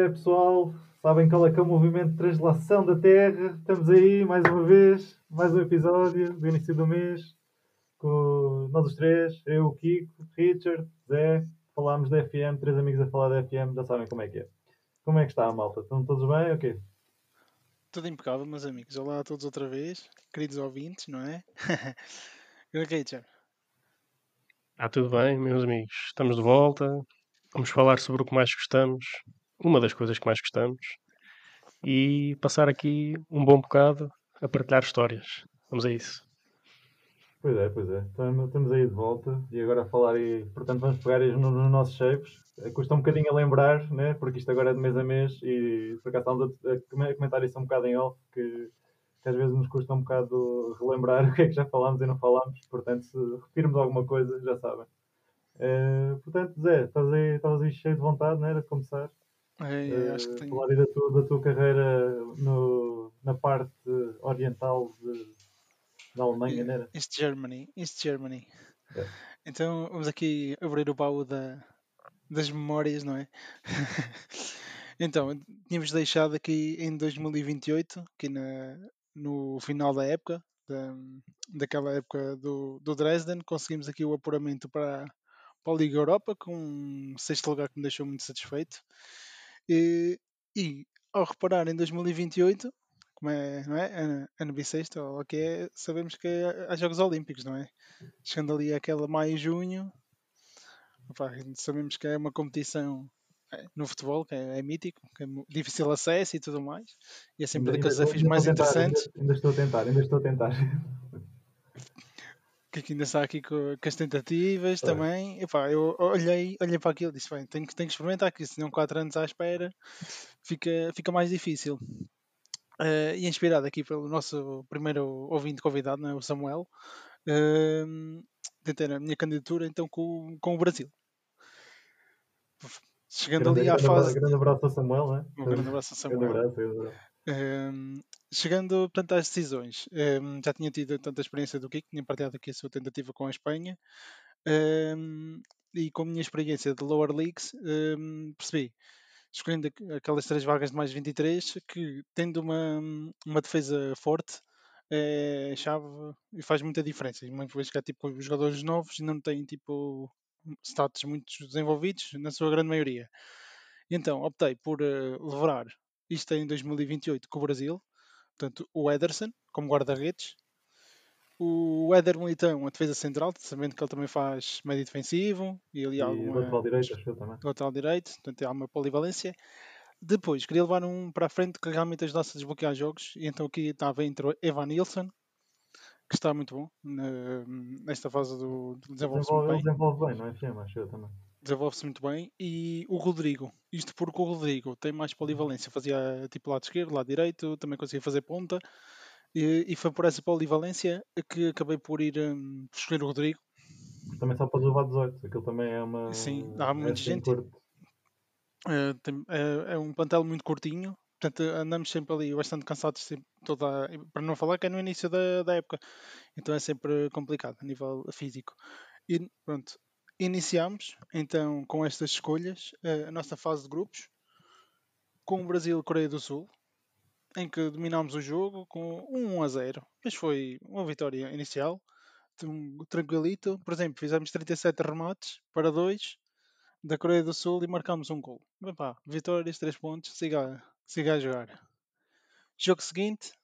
é, pessoal? Sabem qual é que é o movimento de translação da Terra? Estamos aí, mais uma vez, mais um episódio do início do mês, com nós os três, eu, o Kiko, Richard, Zé, falámos da FM, três amigos a falar da FM, já sabem como é que é. Como é que está a malta? Estão todos bem? Ok. Tudo impecável, meus amigos. Olá a todos outra vez, queridos ouvintes, não é? Grande Richard. Está tudo bem, meus amigos? Estamos de volta. Vamos falar sobre o que mais gostamos, uma das coisas que mais gostamos, e passar aqui um bom bocado a partilhar histórias. Vamos a isso. Pois é, pois é. Estamos aí de volta e agora a falar e, portanto, vamos pegar aí nos nossos shapes. Custa um bocadinho a lembrar, né? Porque isto agora é de mês a mês e por acaso estamos a comentar isso um bocado em off, que às vezes nos custa um bocado relembrar o que é que já falámos e não falámos. Portanto, se repetirmos alguma coisa, já sabem. Portanto, Zé, estavas aí cheio de vontade, né? De começar. Acho que tenho. Falar aí da tua carreira na parte oriental da Alemanha, né? East Germany. É. Então vamos aqui abrir o baú das memórias, não é? Então, tínhamos deixado aqui em 2028, aqui no final da época, daquela época do Dresden, conseguimos aqui o apuramento para a Liga Europa, com um sexto lugar que me deixou muito satisfeito. E, e ao reparar em 2028, como é, não é? Ano bissexto, ou o que é, sabemos que há Jogos Olímpicos, não é? Chegando ali àquela maio e junho, opá, sabemos que é uma competição no futebol, que é mítico, que é difícil acesso e tudo mais, e é sempre Ainda daqueles estou, desafios ainda estou mais a tentar, interessantes, ainda estou a tentar. que aqui ainda está aqui com as tentativas também. Epá, eu olhei para aquilo e disse, bem, tenho que experimentar, que se não 4 anos à espera, fica mais difícil. E inspirado aqui pelo nosso primeiro ouvinte convidado, não é? O Samuel, tentei a minha candidatura então com o Brasil. Chegando ali à fase. Grande abraço ao Samuel, né? Um grande abraço ao Grande Samuel. abraço, grande abraço. Chegando, portanto, às decisões, já tinha tido tanta experiência do Kiko, tinha partilhado aqui a sua tentativa com a Espanha, e com a minha experiência de Lower Leagues, percebi, escolhendo aquelas três vagas de mais 23, que tendo uma defesa forte, é chave e faz muita diferença. E muitas vezes que há tipo os jogadores novos e não têm tipo status muito desenvolvidos, na sua grande maioria. Então optei por levar isto em 2028 com o Brasil, portanto o Ederson como guarda-redes, o Éder Militão a defesa central, sabendo que ele também faz médio defensivo e ali há E alguma lateral direito, acho que eu também. lateral direito, portanto há uma polivalência. Depois queria levar um para a frente que realmente ajudasse a desbloquear jogos, e então aqui estava entre o Evan Nilsson, que está muito bom nesta fase desenvolve-se muito Ele bem. desenvolve bem, não é? FM, acho eu também. Desenvolve-se muito bem. E o Rodrigo, isto porque o Rodrigo tem mais polivalência, fazia tipo lado esquerdo, lado direito, também conseguia fazer ponta, e foi por essa polivalência que acabei por ir escolher o Rodrigo. Mas também só para levar 18, aquilo também é Sim, há É muita assim gente, curto. é um plantel muito curtinho, portanto andamos sempre ali bastante cansados, sempre, para não falar que é no início da época, então é sempre complicado a nível físico. E pronto, iniciamos então com estas escolhas a nossa fase de grupos, com o Brasil e Coreia do Sul, em que dominámos o jogo com 1-0. Mas foi uma vitória inicial, tranquilito. Por exemplo, fizemos 37 remates para 2 da Coreia do Sul e marcámos um gol. Bem pá, vitórias, 3 pontos, siga a jogar. Jogo seguinte,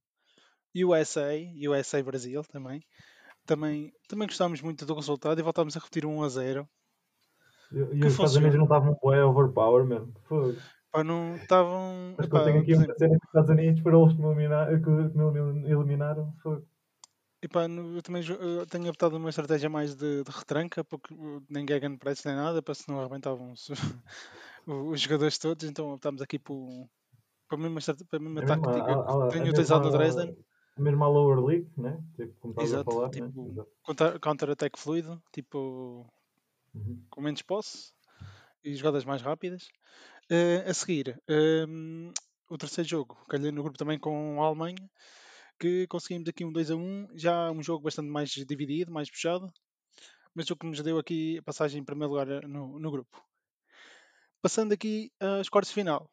USA Brasil também. Também gostámos muito do resultado e voltámos a repetir 1-0. E Que os Estados Unidos funciona. não estavam bué overpower mesmo. Fogo. Pá, não estavam. Acho que eu tenho aqui Por uma exemplo, cena dos Estados Unidos para eles que me eliminaram. Fogo. eu também eu tenho optado uma estratégia mais de retranca, porque nem Gegenpress nem nada, para se não arrebentavam os jogadores todos, então optámos aqui para a mesma É mesmo tática que a tenho utilizado no mesma, Dresden. a mesma Lower League, né? Tipo, como estás a Exato, falar, né? tipo Exato. counter-attack fluido, tipo Uhum. com menos posse e jogadas mais rápidas. A seguir, o terceiro jogo, calhei no grupo também com a Alemanha, que conseguimos aqui um 2-1, já um jogo bastante mais dividido, mais puxado, mas o que nos deu aqui a passagem em primeiro lugar no grupo. Passando aqui aos quartos de final.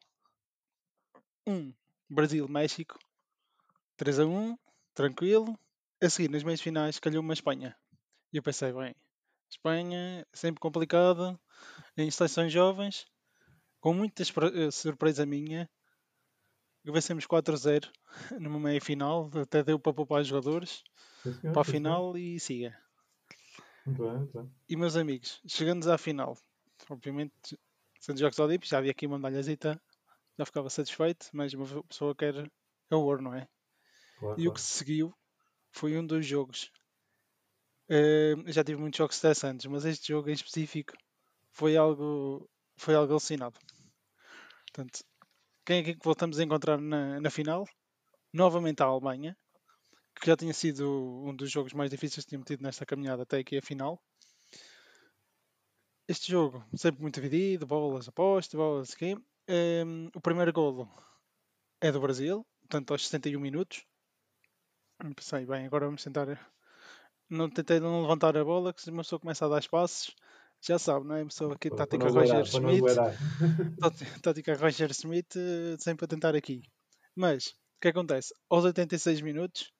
Brasil-México. 3-1, tranquilo. A seguir, nas meias finais, calhou uma Espanha. E eu pensei, bem, Espanha, sempre complicada, em seleções jovens, com muita surpresa minha. Vencemos 4-0 numa meia final, até deu para poupar os jogadores Sim, senhor, para a sim, senhor. final e siga. Muito bem, muito bem. E meus amigos, chegando à final, obviamente, sendo Jogos Olímpicos, já havia aqui uma medalhazita, já ficava satisfeito, mas uma pessoa quer é o ouro, não é? Claro, E o que claro. se seguiu foi um dos jogos. Eu já tive muitos jogos estressantes, mas este jogo em específico foi algo alucinado. Portanto, quem é que voltamos a encontrar na final? Novamente a Alemanha, que já tinha sido um dos jogos mais difíceis que tínhamos tido nesta caminhada até aqui a final. Este jogo, sempre muito dividido, bolas apostas, bolas aqui. O primeiro golo é do Brasil, portanto aos 61 minutos. Pensei, bem, agora vamos tentar. Não tentei não levantar a bola, que se uma pessoa começa a dar espaços, já sabe, não é? A pessoa aqui, Para tática não Roger guardar, para não Schmidt, guardar. tática Roger Schmidt, sempre a tentar aqui. Mas, o que acontece? Aos 86 minutos,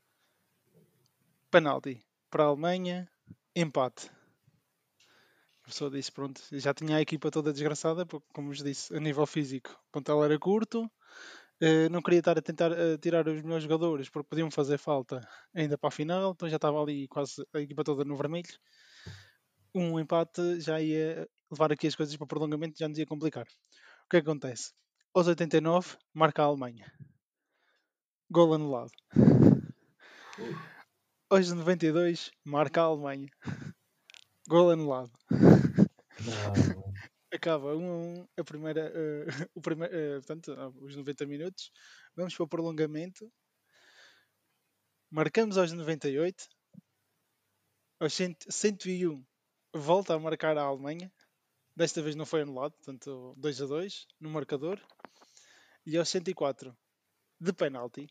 penalti para a Alemanha, empate. A pessoa disse, pronto, já tinha a equipa toda desgraçada, porque, como vos disse, a nível físico, o plantel era curto, não queria estar a tentar tirar os melhores jogadores, porque podiam fazer falta ainda para a final, então já estava ali quase a equipa toda no vermelho. Um empate já ia levar aqui as coisas para prolongamento, já nos ia complicar. O que acontece? Aos 89, marca a Alemanha. Gol anulado. Aos 92, marca a Alemanha. Gol anulado. Não, Acaba 1-1 a primeira, o primeiro, portanto, os 90 minutos. Vamos para o prolongamento. Marcamos aos 98. Aos 101, volta a marcar a Alemanha. Desta vez não foi anulado, portanto 2-2 no marcador. E aos 104, de penalti,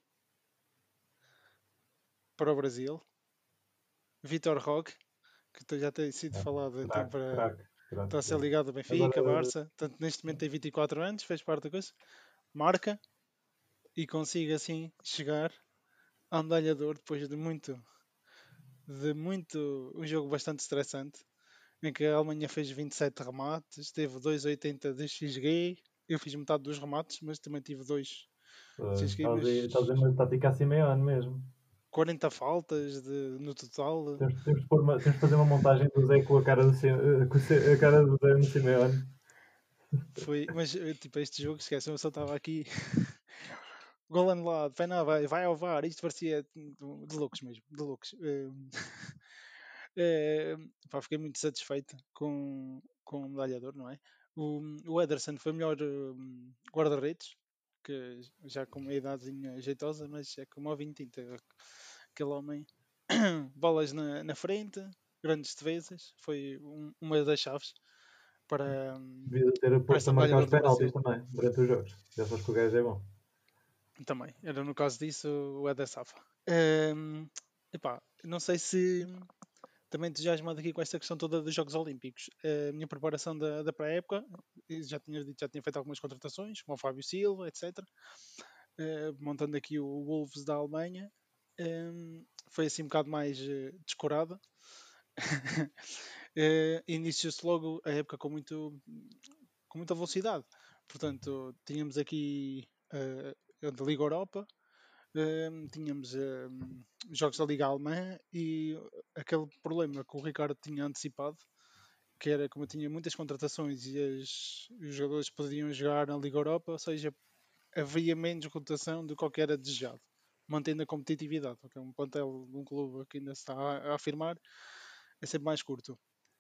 para o Brasil. Vitor Roque, que já tem sido falado então craque, para craque, craque, está a ser craque. ligado ao Benfica, Agora, Barça. Portanto, neste momento tem 24 anos, fez parte da coisa. Marca e consiga assim chegar ao medalha de ouro depois um jogo bastante estressante, em que a Alemanha fez 27 remates, teve 2,80 de XG. Eu fiz metade dos remates, mas também tive 2 XG, mas estás a uma tática assim meio ano mesmo. 40 faltas no total. Temos de fazer uma montagem do Zé com a cara a cara do Zé no Simeone. Mas tipo, este jogo, esquece, eu só estava aqui. Gol anulado, vai ao VAR, isto parecia de loucos mesmo, de loucos. Pá, fiquei muito satisfeito com o medalha de ouro, não é? O Ederson foi o melhor guarda-redes, que já com uma idadezinha jeitosa, mas é como ao vinho tinta. Aquele homem, bolas na frente, grandes defesas, foi uma das chaves para, Devia ter para posto esta a medalha marcar de os ouro do penaltis Brasil. também, durante os jogos. Já sabes que o gajo é bom. Também, era no caso disso o Eder Safa. Epá, não sei se também entusiasmado aqui com esta questão toda dos Jogos Olímpicos. A minha preparação da pré-época, já tinha dito, já tinha feito algumas contratações, como o Fábio Silva, etc. Montando aqui o Wolves da Alemanha. Foi assim um bocado mais descurada. Iniciou-se logo a época com muita velocidade. Portanto, tínhamos aqui a Liga Europa, tínhamos jogos da Liga Alemã e aquele problema que o Ricardo tinha antecipado, que era como eu tinha muitas contratações e os jogadores podiam jogar na Liga Europa, ou seja, havia menos rotação do que era desejado, mantendo a competitividade, porque é um plantel de um clube que ainda se está a afirmar, é sempre mais curto.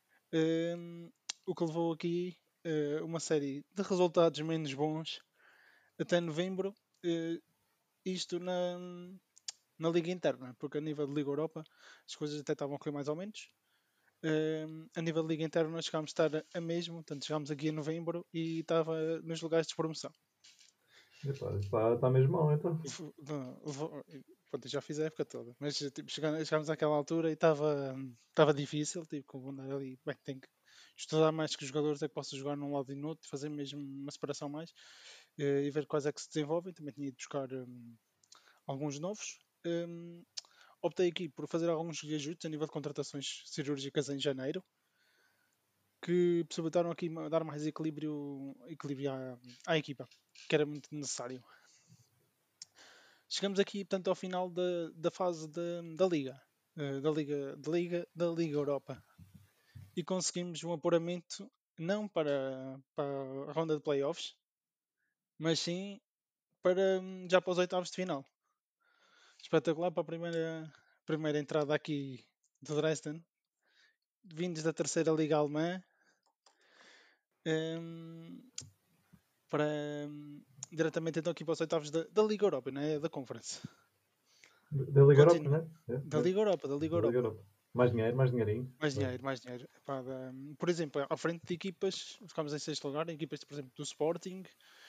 O que levou aqui uma série de resultados menos bons até novembro, isto na Liga Interna, porque a nível de Liga Europa as coisas até estavam a correr mais ou menos. A nível de Liga Interna nós chegámos a estar a mesmo, portanto chegámos aqui em novembro e estava nos lugares de promoção. Está mesmo mal, então. Pronto, eu já fiz a época toda, mas tipo, chegámos àquela altura e estava difícil, tipo, com andar ali, bem, estudar mais que os jogadores é que possa jogar num lado e no outro, fazer mesmo uma separação mais e ver quais é que se desenvolvem. Também tinha de buscar alguns novos. Optei aqui por fazer alguns ajustes a nível de contratações cirúrgicas em janeiro, que possibilitaram aqui dar mais equilíbrio à equipa, que era muito necessário. Chegamos aqui, portanto, ao final da fase da Liga, da Liga Europa, e conseguimos um apuramento não para a ronda de playoffs, mas sim já para os oitavos de final. Espetacular para a primeira entrada aqui de Dresden, vindos da terceira Liga Alemã, para diretamente então aqui para os oitavos da Liga Europa, não é? Da Conference. Da Liga Europa, Continua. não é? Da Liga Europa, da Liga Da Liga Europa. Europa. Mais dinheiro, mais dinheirinho. Mais dinheiro. Epá, por exemplo, à frente de equipas, ficámos em sexto lugar, equipas, por exemplo, do Sporting.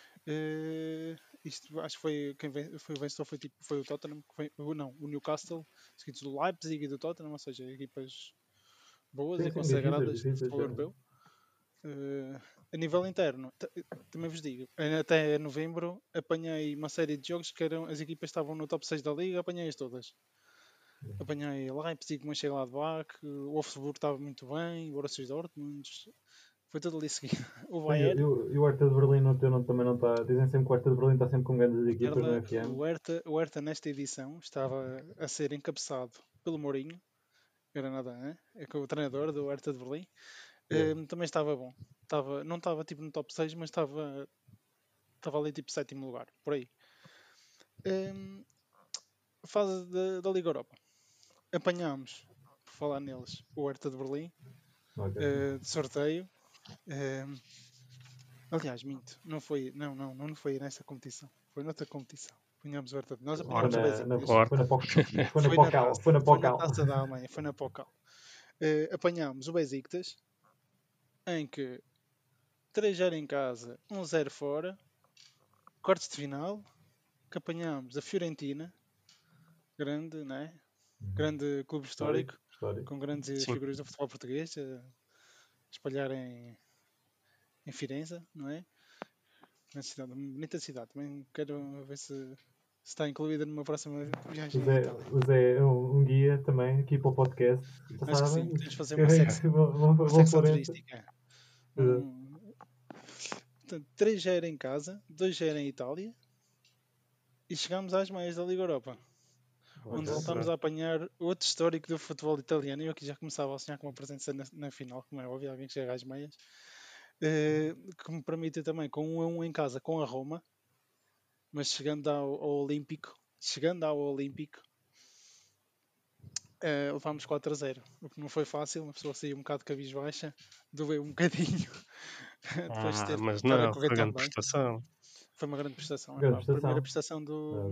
Isto acho que foi foi o vencedor, foi o Tottenham, não, o Newcastle, seguidos do Leipzig e do Tottenham, ou seja, equipas boas e Sim, consagradas do difíceis. futebol europeu. A nível interno, também vos digo, até novembro apanhei uma série de jogos que eram, as equipas estavam no top 6 da liga, apanhei-as todas. Apanhei Leipzig, Mönchengladbach, o Wolfsburg estava muito bem, o Borussia Dortmund, foi tudo ali seguido. O Bayern, E o Hertha de Berlim também não está. Dizem sempre que o Hertha de Berlim está sempre com grandes equipas no FM. o Hertha nesta edição estava a ser encabeçado pelo Mourinho, era nada, né? É que o treinador do Hertha de Berlim. Também estava bom. Não estava tipo no top 6, mas estava ali tipo sétimo lugar, por aí. Fase da Liga Europa. Apanhámos, por falar neles, o Hertha de Berlim, de sorteio. Aliás, minto, não foi nessa competição, foi noutra competição. Apanhámos o Hertha, nós apanhámos o Besiktas. Foi na taça da Alemanha, foi na Pokal. Apanhámos o Besiktas, em que 3-0 em casa, 1-0 fora, quartos de final, que apanhámos a Fiorentina, grande, né? Grande clube histórico. Com grandes figuras do futebol português a espalhar em Firenze, não é? Uma bonita cidade. Também quero ver se está incluída numa próxima viagem à Itália. O Zé é um guia também aqui para o podcast. Acho que sim, podemos fazer uma secção turística. 3-0 em casa, 2-0 em Itália e chegamos às meias da Liga Europa. Onde voltámos a apanhar outro histórico do futebol italiano. E eu aqui já começava a sonhar com uma presença na final, como é óbvio, alguém que chega às meias. Que me permite também, com 1-1 em casa com a Roma, mas chegando ao Olímpico, levámos 4-0, o que não foi fácil, uma pessoa saiu um bocado cabisbaixa, doeu um bocadinho depois de mas estar a não, correr foi tão grande bem. prestação. Foi uma grande prestação. Grande A primeira prestação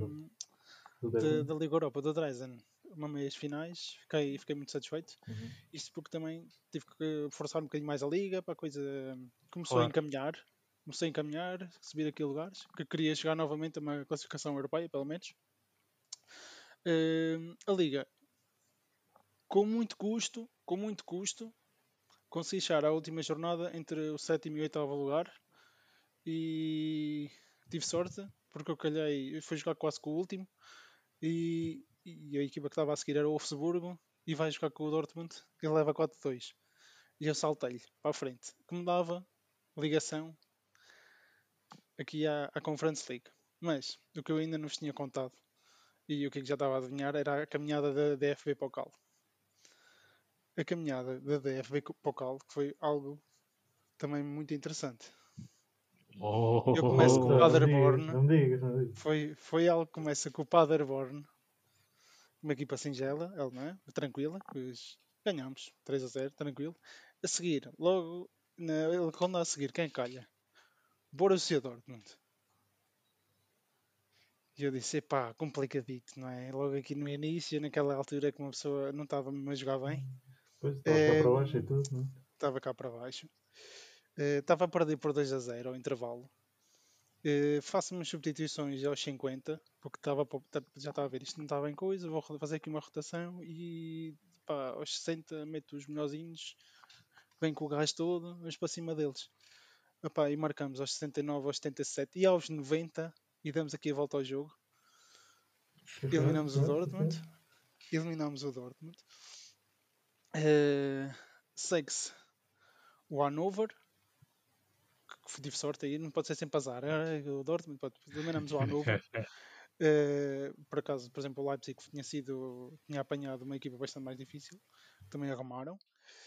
da Liga Europa, do Dresden, uma meias finais, fiquei muito satisfeito. Isto porque também tive que forçar um bocadinho mais a liga, para a coisa começou a encaminhar, subir aqui lugares, que queria chegar novamente a uma classificação europeia, pelo menos. A liga, com muito custo, consegui chegar à última jornada entre o sétimo e o oitavo lugar e tive sorte, porque eu fui jogar quase com o último e a equipa que estava a seguir era o Wolfsburgo e vai jogar com o Dortmund e leva 4-2 e eu saltei-lhe para a frente, que me dava ligação aqui à Conference League. Mas o que eu ainda não vos tinha contado e o que já estava a adivinhar era a caminhada da DFB Pokal. A caminhada da DFB Pokal, que foi algo também muito interessante. Eu começo com o Paderborn. Não digas. Foi algo que começa com o Paderborn, uma equipa singela, alemã, tranquila, pois ganhámos 3-0, tranquilo. A seguir, logo na ronda a seguir, quem calha? Borussia Dortmund. E eu disse, pá, complicadito, não é? Logo aqui no início, naquela altura que uma pessoa não estava mesmo a jogar bem. Pois, estava cá para baixo e tudo, não é? Estava cá para baixo. Estava a perder por 2-0 ao intervalo. Faço umas substituições aos 50, porque já estava a ver, isto não estava em coisa, vou fazer aqui uma rotação e pá, aos 60 meto os melhorzinhos vem com o gás todo, vamos para cima deles. Epá, e marcamos aos 69, aos 77 e aos 90 e damos aqui a volta ao jogo. Eliminamos o Dortmund. Segue-se o Hannover, que tive sorte aí, não pode ser sempre azar. O Dortmund, eliminamos o Hannover. Por acaso, por exemplo, o Leipzig tinha apanhado uma equipa bastante mais difícil, também arrumaram.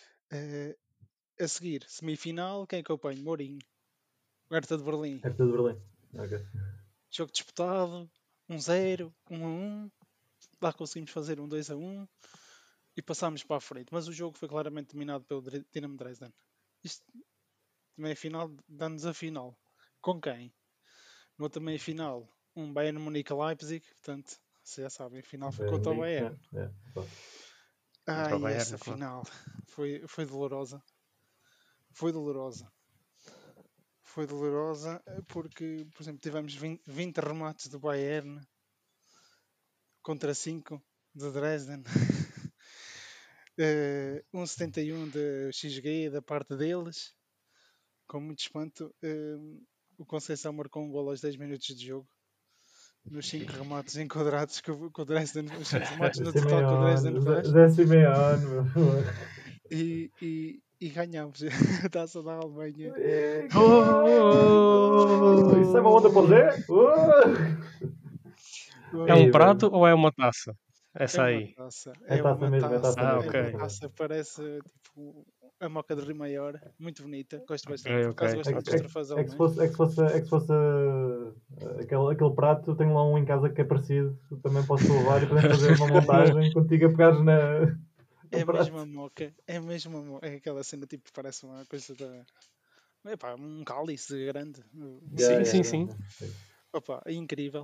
A seguir, semifinal, quem é que eu apanho? Mourinho, Hertha de Berlim. Hertha de Berlim. Ok. Jogo disputado, 1-0, 1-1. Lá conseguimos fazer 2-1 e passámos para a frente. Mas o jogo foi claramente dominado pelo Dinamo Dresden. Isto, meia-final, dá-nos a final. Com quem? No outra meia-final, Bayern Munique-Leipzig. Portanto, vocês já sabem, a final foi contra o Bayern. Contra o E Bayern, essa claro. final foi dolorosa. Foi dolorosa porque, por exemplo, tivemos 20 remates do Bayern contra 5 de Dresden. 1,71 de XG da parte deles. Com muito espanto, o Conceição marcou um gol aos 10 minutos de jogo. Nos 5 remates enquadrados que o Dresden, os 5 remates no total que o Dresden fez. Zé Simeone, meu amor. E ganhámos a taça da Alemanha. Isso é uma onda para o Zé? É um prato ou é uma taça? Essa É uma aí. taça. É taça mesmo, é taça Ah, mesmo. ok. É uma taça, parece tipo a Moca de Rio Maior. Muito bonita, gosto bastante. Ok, Por acaso ok. gosto muito dos troféus alemães. É que se fosse aquele prato, tenho lá um em casa que é parecido. Também posso levar e podemos fazer uma montagem contigo a pegares na. É mesmo a moca, é mesmo a moca. É aquela cena tipo, parece uma coisa da. Epá, um cálice grande. Sim. Opa, é incrível.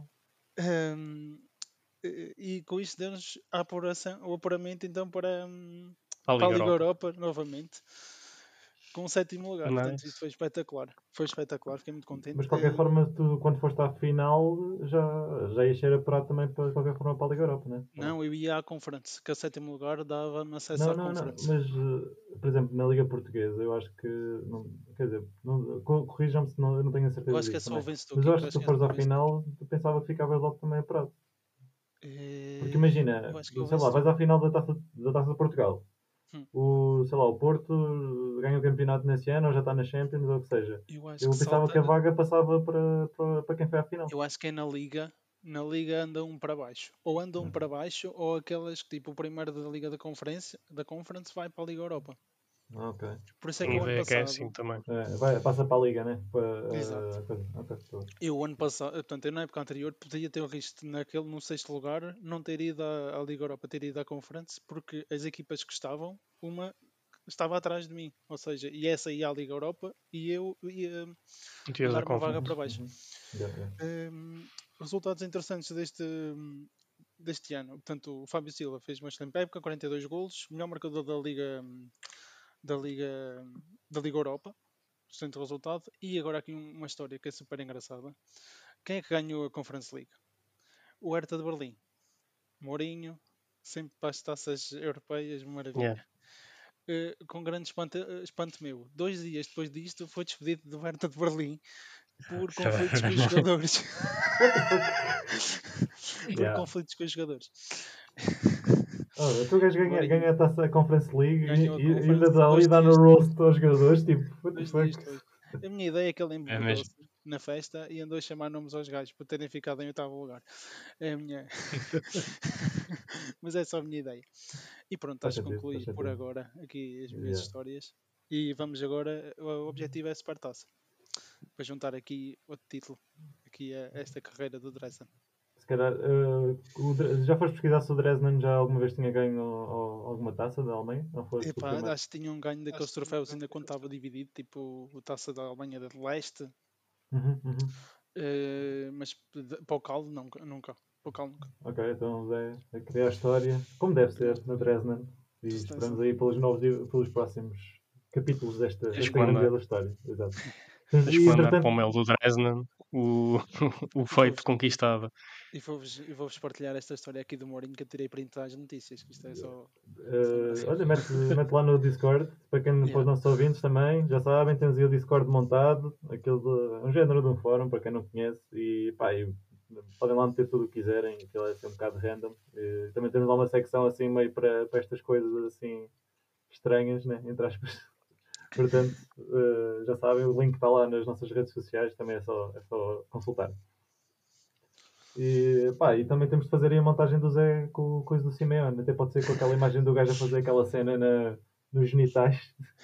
E com isso deu-nos o apuramento então para A a Liga Liga Europa. Europa novamente. Com o 7º lugar. Portanto, Nice. isto foi espetacular. Foi espetacular, fiquei muito contente. Mas de qualquer forma, tu quando foste à final já ias ser apurado também para, de qualquer forma para a Liga Europa, não é? Não, eu ia à Conference, que a 7º lugar dava-me acesso à Não, Conference. mas por exemplo, na Liga Portuguesa, eu acho que, quer dizer, corrijam-me se não, eu não tenho a certeza Eu acho que é disso só o também. vencedor. Mas eu acho que se tu fores à é final, tu pensava que ficavas logo também apurado. Porque imagina, eu acho que é o sei lá, vais vencedor. à final da Taça de Portugal. Sei lá, o Porto ganha o campeonato nesse ano ou já está na Champions, ou o que seja. Eu acho Eu que pensava que a vaga passava para quem foi à final. Eu acho que é na Liga. Na Liga anda um para baixo. Ou anda um para baixo, ou aquelas que tipo o primeiro da Liga da Conference vai para a Liga Europa. Ok. Por isso é Tenho que o ano ideia que é passado. assim também. Passa para a Liga, né? Exato. Eu, o ano passado, portanto, eu na época anterior podia ter o risco no 6º lugar não ter ido à Liga Europa, ter ido à Conference, porque as equipas que estavam, uma estava atrás de mim, ou seja, e essa ia à Liga Europa e eu ia Metias a dar uma vaga Conference. para baixo. Resultados interessantes deste ano. Portanto, o Fábio Silva fez uma excelente época, 42 golos, melhor marcador da Liga Europa. Excelente resultado. E agora aqui uma história que é super engraçada. Quem é que ganhou a Conference League? O Hertha de Berlim. Mourinho, sempre para as taças europeias, maravilha. Com grande espanto meu. 2 dias depois disto, foi despedido do Hertha de Berlim por conflitos com os jogadores. Conflitos com os jogadores. Tu ganha a Conference League e ainda está ali a dar no roast aos jogadores. Tipo, what the fuck? A minha ideia é que ele embebedou-se na festa e andou a chamar nomes aos gajos por terem ficado em 8º lugar. É a minha. Mas é só a minha ideia. E pronto, acho que concluí por agora aqui as minhas histórias. E vamos agora. O objetivo é Supertaça. Para juntar aqui outro título aqui a esta carreira do Dresden. Se calhar, já foste pesquisar se o Dresden já alguma vez tinha ganho alguma taça da Alemanha? Não foste acho que tinha um ganho daqueles troféus ainda quando estava dividido, tipo a taça da Alemanha de Leste. Mas para o Caldo nunca. Para o Caldo nunca. Ok, então Zé, a criar história, como deve ser, na Dresden. E esperamos aí pelos próximos capítulos desta grandiosa história. Exato. Mas, Tens e que mandar para o entretanto, mail do Dresden o, o E feito vou-vos conquistado. e vou-vos partilhar esta história aqui do Mourinho que eu tirei print às notícias, que isto é só graça. olha, mete lá no Discord, para os Yeah. nossos ouvintes também, já sabem, temos aí o Discord montado, um género de um fórum, para quem não conhece, e pá, podem lá meter tudo o que quiserem, aquilo é assim um bocado random. Também temos lá uma secção assim meio para estas coisas assim estranhas, né? Entre aspas. Portanto, já sabem, o link está lá nas nossas redes sociais, também é só consultar. E, pá, e também temos de fazer aí a montagem do Zé com o coisa do Simeone. Até pode ser com aquela imagem do gajo a fazer aquela cena nos genitais.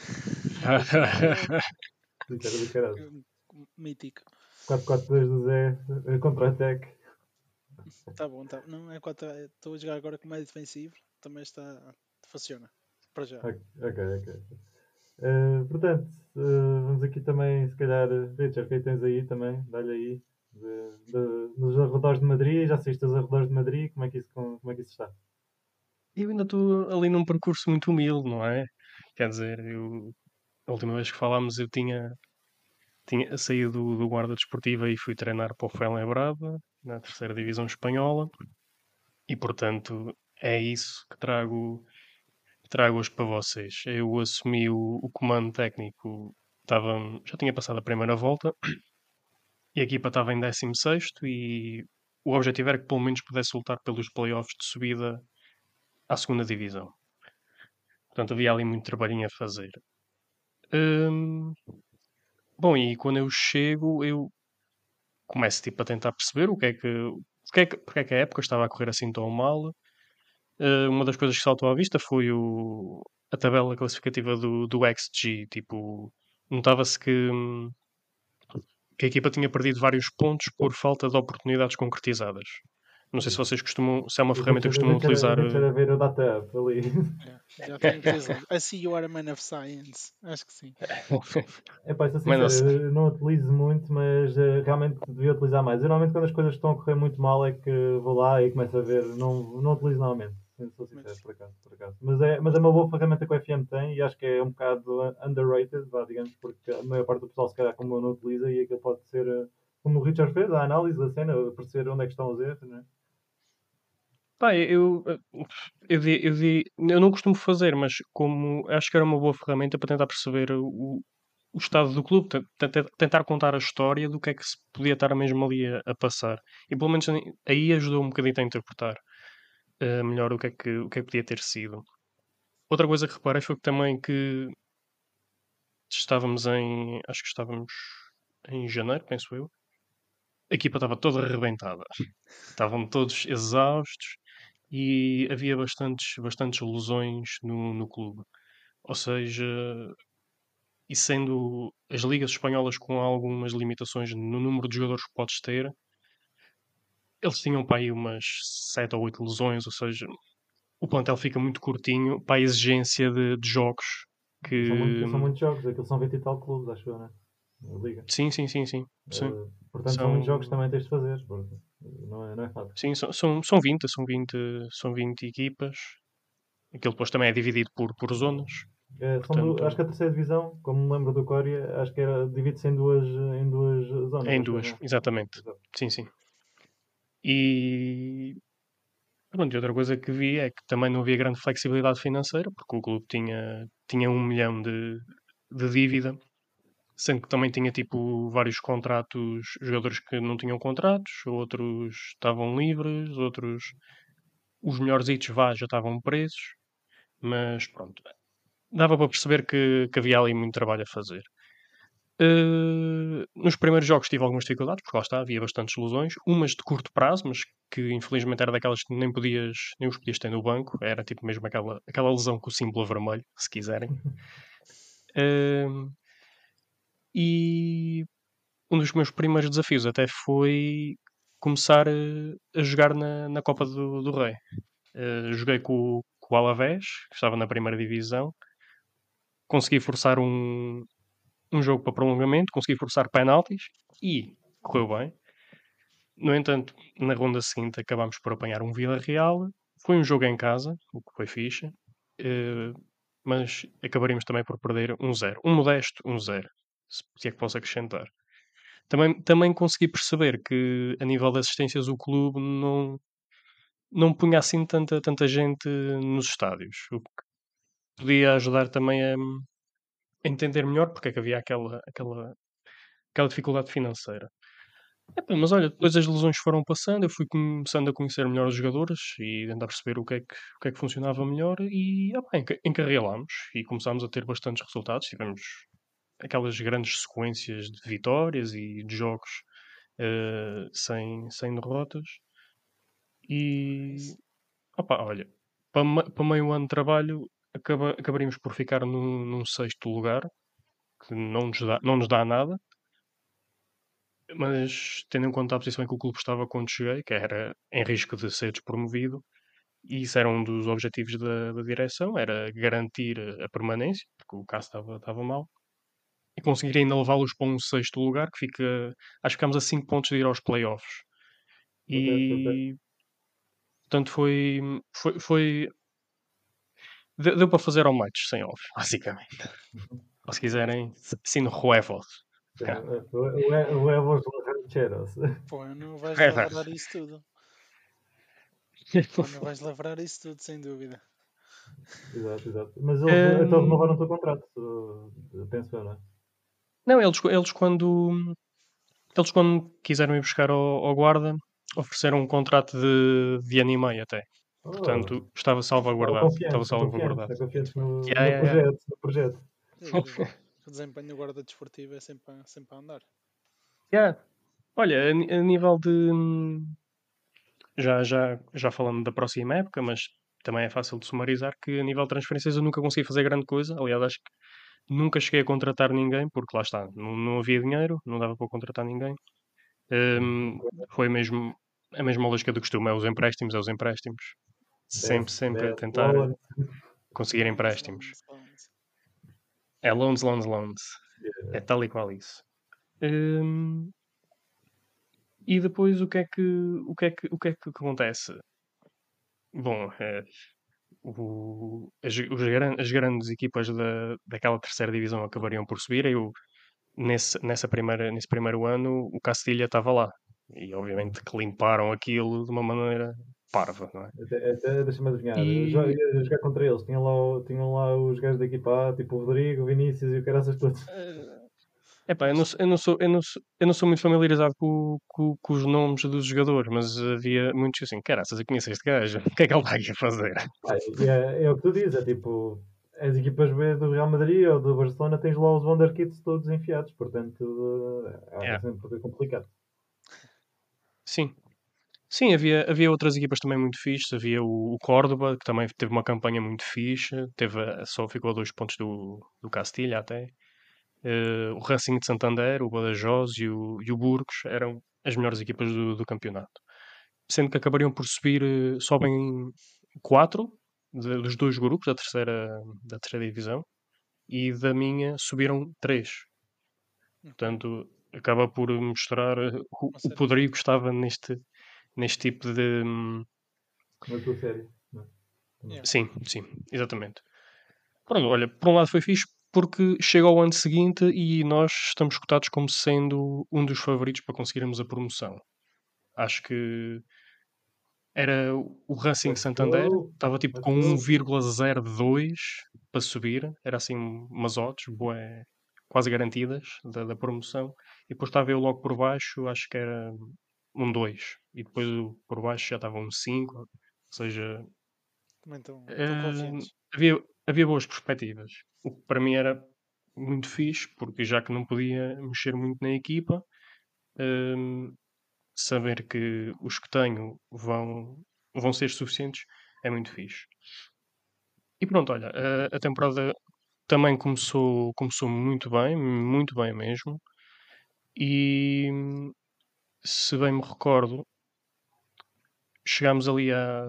Isso era do caralho. Mítico. 4-4-2 do Zé, contra-ataque. Tá bom, tá. Não é 4. Estou a jogar agora com mais defensivo. Também funciona. Para já. Ok, ok. Portanto, vamos aqui também, se calhar, Richard, o que é que tens aí também? Dá-lhe aí. Nos arredores de Madrid, já saíste dos arredores de Madrid, como é que isso está? Eu ainda estou ali num percurso muito humilde, não é? Quer dizer, a última vez que falámos eu tinha saído do guarda desportiva e fui treinar para o Fuenlabrada, na terceira divisão espanhola, e portanto é isso que trago hoje para vocês. Eu assumi o comando técnico, já tinha passado a primeira volta, e a equipa estava em 16º e o objetivo era que pelo menos pudesse lutar pelos playoffs de subida à segunda divisão. Portanto, havia ali muito trabalhinho a fazer. Hum, bom, e quando eu chego, eu começo tipo, a tentar perceber porque é que a época estava a correr assim tão mal. Uma das coisas que saltou à vista foi a tabela classificativa do XG. Tipo, notava-se que a equipa tinha perdido vários pontos por falta de oportunidades concretizadas. Não sei se vocês se é uma O ferramenta que Richard, o costumam Richard, o utilizar. Richard a ver o data up ali. Já tenho utilizado. I see you are a man of science. Acho que sim. É pá, sou Mas não sincero, sei. eu não utilizo muito, mas realmente devia utilizar mais. Eu, normalmente quando as coisas estão a correr muito mal é que vou lá e começo a ver, não utilizo normalmente, sou sincero, Mas, por acaso. Mas é uma boa ferramenta que o FM tem e acho que é um bocado underrated, vá, digamos, porque a maior parte do pessoal se calhar como eu não utiliza e aquilo pode ser, como o Richard fez, a análise da cena, perceber onde é que estão os erros, não é? Pá, eu não costumo fazer, mas como acho que era uma boa ferramenta para tentar perceber o estado do clube, tentar contar a história do que é que se podia estar mesmo ali a passar. E pelo menos aí ajudou um bocadinho a interpretar melhor o que é que podia ter sido. Outra coisa que reparei foi que também que acho que estávamos em janeiro, penso eu, a equipa estava toda arrebentada. Estavam todos exaustos e havia bastantes lesões no clube. Ou seja, e sendo as ligas espanholas com algumas limitações no número de jogadores que podes ter, eles tinham para aí umas 7 ou 8 lesões, ou seja, o plantel fica muito curtinho para a exigência de jogos que. São muitos jogos, aquilo são 20 e tal clubes, acho eu, né? A Liga. Sim, sim, sim, sim. Sim. Portanto, são muitos jogos que São. também tens de fazer, porque não é fácil. Sim, são 20 equipas. Aquilo depois também é dividido por zonas. Acho Portanto, que a terceira divisão, como me lembro do Coria, acho que divide-se em duas zonas, é em acho eu, duas, não é? exatamente. Exato. Sim, sim. E pronto, e outra coisa que vi é que também não havia grande flexibilidade financeira, porque o clube tinha 1 milhão de dívida, sendo que também tinha tipo vários contratos, jogadores que não tinham contratos, outros estavam livres, outros, os melhores hits vá já estavam presos, mas pronto, dava para perceber que havia ali muito trabalho a fazer. Nos primeiros jogos tive algumas dificuldades, porque lá está, havia bastantes lesões, umas de curto prazo, mas que infelizmente era daquelas que nem os podias ter no banco, era tipo mesmo aquela lesão com o símbolo vermelho, se quiserem. Uh, e um dos meus primeiros desafios até foi começar a jogar na Copa do Rei. Joguei com o Alavés, que estava na primeira divisão, consegui forçar um jogo para prolongamento, consegui forçar penaltis e correu bem. No entanto, na ronda seguinte acabámos por apanhar um Vila Real. Foi um jogo em casa, o que foi fixe, mas acabaríamos também por perder 1-0. Um modesto 1-0. se é que posso acrescentar. Também consegui perceber que, a nível de assistências, o clube não punha assim tanta gente nos estádios. O que podia ajudar também a entender melhor porque é que havia aquela dificuldade financeira. Epá, mas olha, depois as lesões foram passando, eu fui começando a conhecer melhor os jogadores e tentar perceber o que é que funcionava melhor e encarrilámos e começámos a ter bastantes resultados. Tivemos aquelas grandes sequências de vitórias e de jogos sem derrotas. E opá, olha, para meio ano de trabalho acabaríamos por ficar num sexto lugar, que não nos dá nada, mas tendo em conta a posição em que o clube estava quando cheguei, que era em risco de ser despromovido, e isso era um dos objetivos da direção, era garantir a permanência, porque o caso estava mal, e conseguir ainda levá-los para um sexto lugar, que fica, acho que ficámos a 5 pontos de ir aos playoffs. Ok, ok. E, portanto, deu para fazer ao match sem ovos, basicamente. Ou se quiserem, sin huevos. Cá. Huevos rancheros. Pô, não vais Huevos. lavrar isso tudo. Pô, não vais lavrar isso tudo, sem dúvida. Exato, exato. Mas eles então renovaram o teu contrato, penso eu, não é? Não, eles quando quiseram ir buscar ao guarda, ofereceram um contrato de ano e meio até. Oh, Portanto, estava estava salvaguardado. confiante, Estava está confiante, salvaguardado. está confiante no, Yeah, no yeah, yeah. projeto, no projeto. O desempenho do guarda desportivo é sempre a andar. Yeah. Olha, a nível de. Já falando da próxima época, mas também é fácil de sumarizar que a nível de transferências eu nunca consegui fazer grande coisa. Aliás, acho que nunca cheguei a contratar ninguém, porque lá está, não havia dinheiro, não dava para contratar ninguém. Foi mesmo a mesma lógica do costume, é os empréstimos. Sempre a tentar Loans. conseguir empréstimos. Loans. É loans. É Yeah. tal e qual isso. Hum, e depois o que é que acontece? Bom, as grandes equipas daquela terceira divisão acabariam por subir. Nesse primeiro ano, o Castilha estava lá. E obviamente que limparam aquilo de uma maneira parva, não é? Até deixa-me adivinhar. E Ia jogar contra eles. Tinham lá os gajos da equipa A, tipo o Rodrigo, o Vinícius e o caraças todos. epá, eu não sou muito familiarizado com os nomes dos jogadores, mas havia muitos assim, caraças, eu conheço este gajo, o que é que ele está aqui a fazer? É o que tu dizes, é tipo, as equipas B do Real Madrid ou do Barcelona tens lá os Wonderkids todos enfiados, portanto é Yeah. sempre complicado. Sim. Sim, havia outras equipas também muito fixes. Havia o Córdoba, que também teve uma campanha muito fixe. Só ficou a 2 pontos do Castilha até. O Racing de Santander, o Badajoz e o Burgos eram as melhores equipas do campeonato. Sendo que acabariam por subir, sobem 4 dos dois grupos da terceira divisão e da minha subiram 3. Portanto, acaba por mostrar o poderio que estava neste tipo de. Na tua série. Não é? Yeah. Sim, sim, exatamente. Pronto, olha, por um lado foi fixe porque chega ao ano seguinte e nós estamos cotados como sendo um dos favoritos para conseguirmos a promoção. Acho que era o Racing Let's Santander, go! estava tipo Let's com go! 1,02 para subir, era assim umas odds quase garantidas da promoção, e depois estava eu logo por baixo, acho que era um 2, e depois por baixo já estava um 5, ou seja, Também estão eh, confiantes. havia boas perspectivas, o que para mim era muito fixe, porque já que não podia mexer muito na equipa, eh, saber que os que tenho vão ser suficientes é muito fixe. E pronto, olha, a temporada também começou muito bem mesmo. E se bem me recordo, chegámos ali a.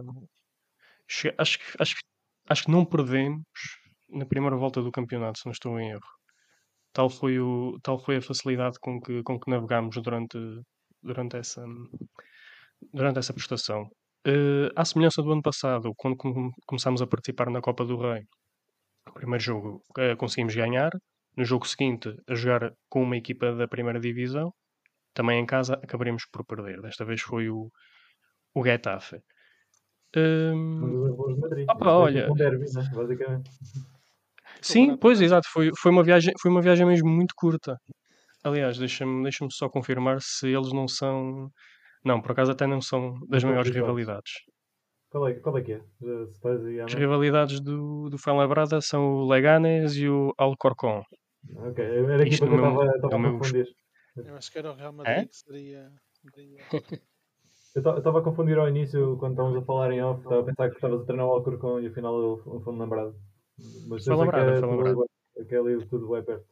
Acho que não perdemos na primeira volta do campeonato, se não estou em erro. Tal foi a facilidade com que navegámos durante essa, durante essa prestação. À semelhança do ano passado, quando começámos a participar na Copa do Rei, o primeiro jogo conseguimos ganhar, no jogo seguinte a jogar com uma equipa da primeira divisão. Também em casa acabaremos por perder. Desta vez foi o Getafe. Um dos arroz de Madrid. Opa, Isto é olha, tipo um derby, né? Basicamente. Ficou sim, barato pois também. exato, foi uma viagem mesmo muito curta. Aliás, deixa-me só confirmar se eles não são. Não, por acaso até não são Não das são maiores rivais. rivalidades. Qual é que é? Se estás aí à As mente. rivalidades do Fuenlabrada são o Leganés e o Alcorcón. Ok, era a equipa Isto que no eu meu, estava no a meu. confundir. Eu acho que era o Real Hã? Madrid que seria. Eu estava a confundir ao início, quando estávamos a falar em off, estava a pensar que estavas a treinar o Alcorcón e afinal eu fui-me lembrado. Mas eu sei que Fuenlabrada, é tudo Fuenlabrada. ali, que é ali tudo bem perto.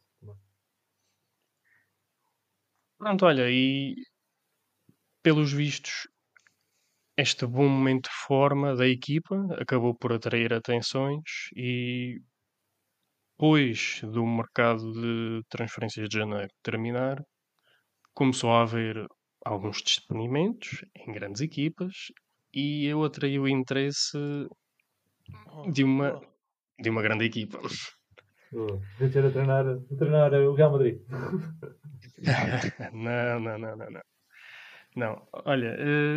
Pronto, olha, e pelos vistos, este bom momento de forma da equipa acabou por atrair atenções e depois do mercado de transferências de janeiro terminar, começou a haver alguns despedimentos em grandes equipas e eu atraí o interesse de uma, de uma grande equipa. Richard a treinar o Real Madrid. Não, não, não, não, não. Não, olha,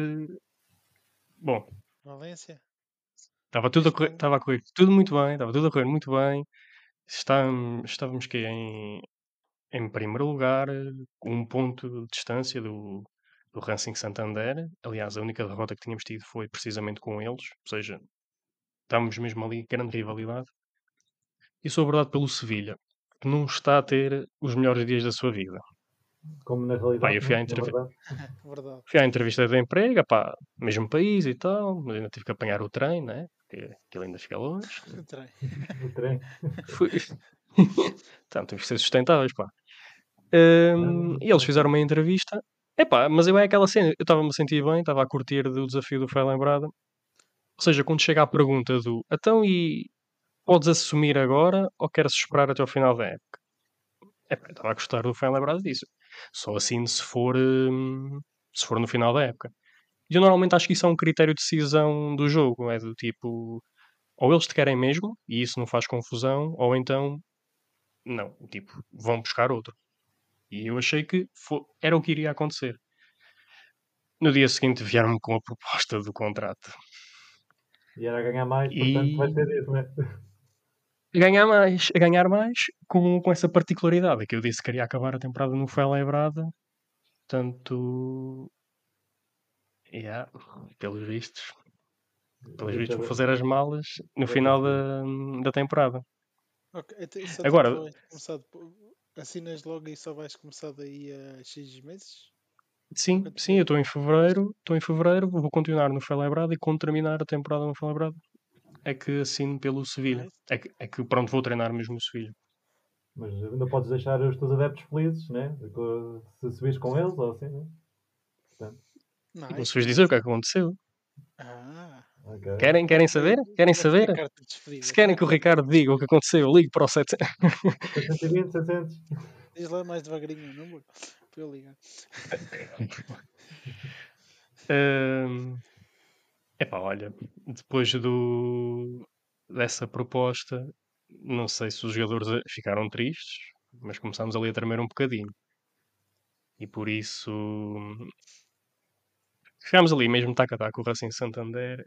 bom, Valência? estava a correr tudo muito bem, estava tudo a correr muito bem. Estávamos que em primeiro lugar, com um ponto de distância do Racing Santander. Aliás, a única derrota que tínhamos tido foi precisamente com eles, ou seja, estávamos mesmo ali, grande rivalidade. E sou abordado pelo Sevilha, que não está a ter os melhores dias da sua vida. Como na Pá, realidade, eu né? Na verdade. Verdade. fui à entrevista de emprego, pá, mesmo país e tal, mas ainda tive que apanhar o trem, né? Porque aquilo ainda fica longe. Trem. O trem. Fui... Então, temos que ser sustentáveis, pá. Não, E eles fizeram uma entrevista. Epá, mas eu é aquela cena, eu estava-me a sentir bem, estava a curtir do desafio do Foi Lembrado. Ou seja, quando chega à pergunta do então e podes assumir agora ou queres esperar até ao final da época? Epá, eu estava a gostar do Foi Lembrado disso. Só assim se for no final da época. E eu normalmente acho que isso é um critério de decisão do jogo, é do tipo, ou eles te querem mesmo, e isso não faz confusão, ou então, não, tipo, vão buscar outro. E eu achei que era o que iria acontecer. No dia seguinte vieram-me com a proposta do contrato. E era a ganhar mais, portanto vais E ter isso, né? a ganhar mais com essa particularidade, que eu disse que queria acabar a temporada no Fuenlabrada. Portanto, yeah, pelos vistos, vou Richard, fazer as malas no vai para final seguir. da temporada. Ok, então, e só tipo Agora, vais começar assinas logo e só vais começar daí a X meses? Ou sim, quanto sim, eu tempo? estou em fevereiro, vou continuar no Fuenlabrada e quando terminar a temporada no Fuenlabrada é que assino pelo Sevilha. Nice. É que pronto, vou treinar mesmo o Sevilha. Mas ainda podes deixar os teus adeptos felizes, né? Se subires com eles ou assim, né? Portanto, Não se Nice, fez dizer o nice. que é que aconteceu. Ah, ok. Querem saber? Querem como é que é a saber? carta de Se despedida? Como querem é que o que é a carta Ricardo de diga o que despedida? aconteceu, ligue para o 700. 720, 700. Diz lá mais devagarinho o número para eu ligar. Epá, olha, depois dessa proposta, não sei se os jogadores ficaram tristes, mas começámos ali a tremer um bocadinho. E por isso ficámos ali mesmo tac a tac com o Racing Santander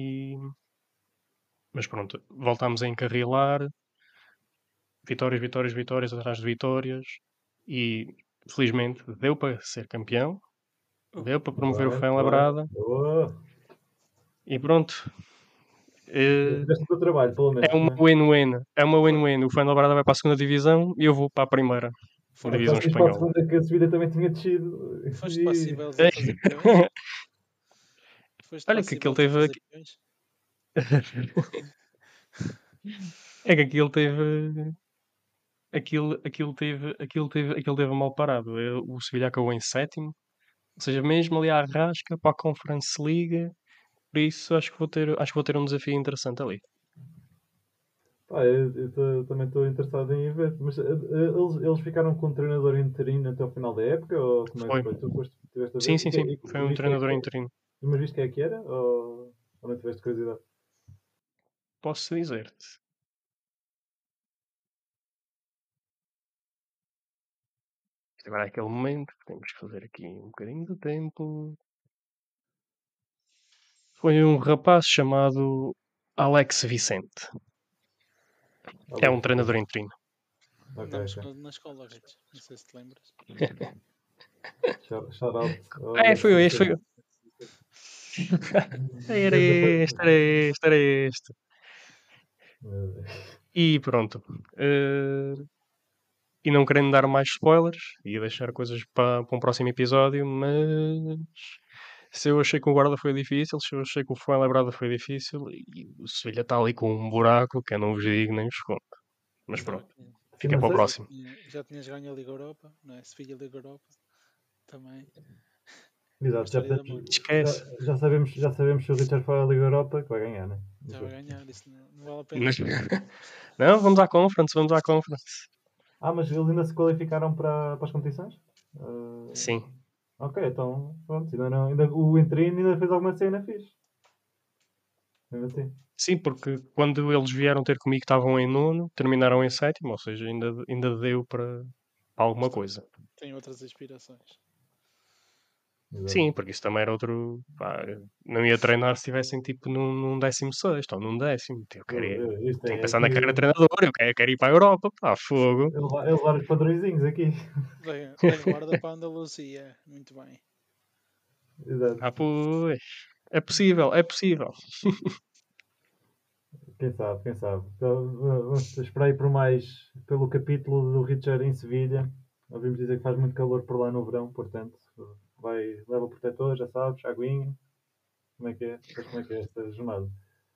mas pronto, voltámos a encarrilar, vitórias, vitórias, vitórias atrás de vitórias e felizmente deu para ser campeão, deu para promover o Bem, bem. Fuenlabrada Boa. e pronto. eh, Fizeste o teu trabalho, pelo É menos, uma né? win-win. É uma Fo- win-win. O Fuenlabrada vai para a segunda divisão e eu vou para a primeira É Foste, divisão só fiz para a espanhola. segunda que a subida também tinha descido. foste para a E... Cibeles a fazer peões? Foste para Olha a que aquilo Cibeles a teve. fazer peões? É que aquilo teve. Aquilo teve mal parado. O Sevilha acabou em sétimo. Ou seja, mesmo ali à rasca para a Conference League. Por isso acho que vou ter um desafio interessante ali. Pá, eu também estou interessado em ver. Mas eles ficaram com o treinador interino até o final da época? Ou como é que Foi. foi? Tu tiveste a Sim, ver? sim, sim. Foi E um viste quem é treinador que era? interino. Mas viste quem é que era? Ou não tiveste curiosidade? Posso dizer-te. Agora é aquele momento que temos que fazer aqui um bocadinho de tempo. Foi um rapaz chamado Alex Vicente. É um treinador interino. Andamos Ok. na escola, Rich. Não sei se te lembras. Shout out. Foi este, foi. Era era este. E pronto. E não querendo dar mais spoilers, ia deixar coisas para um próximo episódio, mas se eu achei que o guarda foi difícil, se eu achei que o Fuenlabrada foi difícil, e o Sevilha está ali com um buraco que eu não vos digo nem vos conto. Mas pronto, fica para o próximo. Já tinhas ganho a Liga Europa, não é? Sevilha Liga Europa também. Exato, Esquece. já sabemos se o Richard for à Liga Europa que vai ganhar, né? Já vai ganhar, isso não vale a pena. Não, vamos à Conference. Mas eles ainda se qualificaram para as competições? Sim. Ok, então pronto, ainda o Interino ainda fez alguma cena fixe. Mesmo assim. Sim, porque quando eles vieram ter comigo estavam em nono, terminaram em sétimo, ou seja, ainda deu para alguma coisa. Tem outras inspirações. Exato. Sim, porque isso também era outro. Pá, não ia treinar se estivessem tipo num 16º ou num 10º. Eu tenho que pensar na carreira de treinador, eu quero ir para a Europa, pá, fogo. Ele levar os padrõezinhos aqui. Vai guarda para a Andaluzia, muito bem. Exato. Pois. É possível. Quem sabe. Então, vamos esperar aí por mais pelo capítulo do Richard em Sevilha. Ouvimos dizer que faz muito calor por lá no verão, portanto, leva o protetor, já sabes, aguinha. Como é que é? Sabes como é que é esta jornada?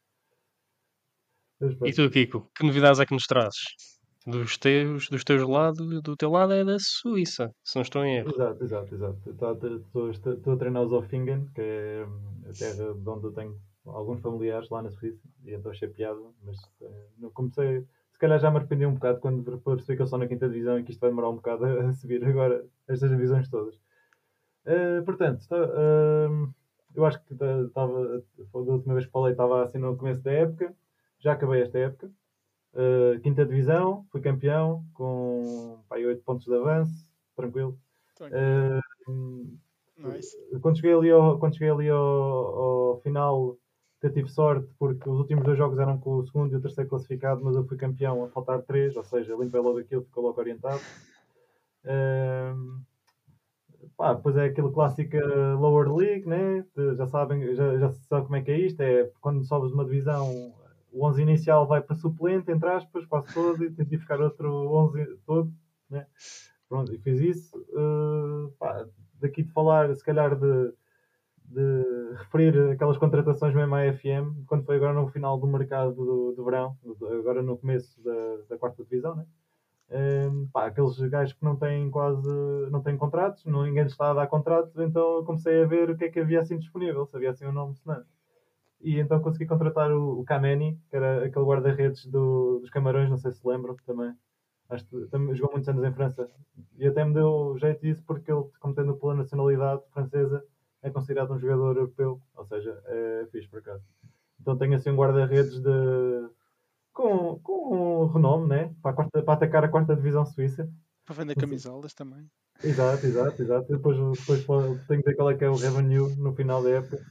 E tu, Kiko, que novidades é que nos trazes? Dos teus lados, do teu lado é da Suíça, se não estou em erro. Exato. Estou a treinar os Offingen, que é a terra de onde eu tenho alguns familiares lá na Suíça, e então achei piada, mas não comecei. Se calhar já me arrependi um bocado quando percebi que eu sou na quinta divisão e que isto vai demorar um bocado a subir agora estas divisões todas. Portanto, eu acho que estava, da última vez que falei, estava assim no começo da época, já acabei esta época. Quinta divisão, fui campeão com 8 pontos de avanço, tranquilo. Nice. Quando cheguei ali ao final, eu tive sorte porque os últimos 2 jogos eram com o segundo e o terceiro classificado, mas eu fui campeão a faltar 3, ou seja, limpei logo aquilo, ficou logo orientado. Depois é aquele clássico Lower League, né? Já sabem, já se sabe como é que é isto. É quando sobes uma divisão, o 11 inicial vai para suplente, entre aspas, quase todo, e tens de ficar outro 11 todo, né? Pronto, e fiz isso. Daqui de falar, se calhar, de referir aquelas contratações mesmo à FM, quando foi agora no final do mercado do verão, agora no começo da quarta divisão, né? Aqueles gajos que não têm contratos, ninguém lhes está a dar contratos, então eu comecei a ver o que é que havia assim disponível, se havia assim um nome sonante. E então consegui contratar o Kameni, que era aquele guarda-redes dos Camarões, não sei se lembram também. Acho que também jogou muitos anos em França. E até me deu jeito disso porque ele, como tendo pela nacionalidade francesa, é considerado um jogador europeu, ou seja, é fixe por acaso. Então tenho assim um guarda-redes com renome, né? Para atacar a quarta divisão suíça. Para vender camisolas também. Exato. Depois tenho que ver qual é que é o revenue no final da época.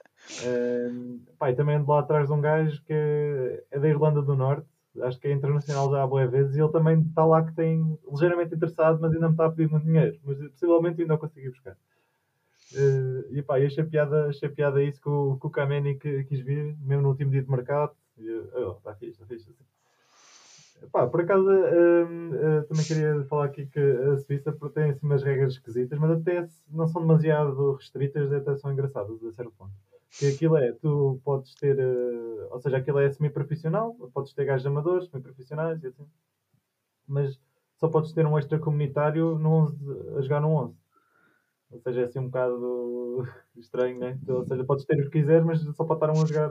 E também ando lá atrás de um gajo que é da Irlanda do Norte, acho que é internacional já há boas vezes, e ele também está lá que tem ligeiramente interessado, mas ainda me está a pedir muito dinheiro, mas possivelmente ainda o consegui buscar. Achei piada isso que o Kameni quis vir, mesmo no último dia de mercado. Está fixe assim. Por acaso, também queria falar aqui que a Suíça tem assim umas regras esquisitas, mas até não são demasiado restritas, até são engraçadas a certo ponto. Que aquilo tu podes ter, ou seja, aquilo é semi-profissional, podes ter gajos amadores, semi-profissionais e assim, mas só podes ter um extra-comunitário a jogar no 11. Ou seja, é assim um bocado estranho, né? Ou seja, podes ter o que quiseres, mas só pode estar um a jogar.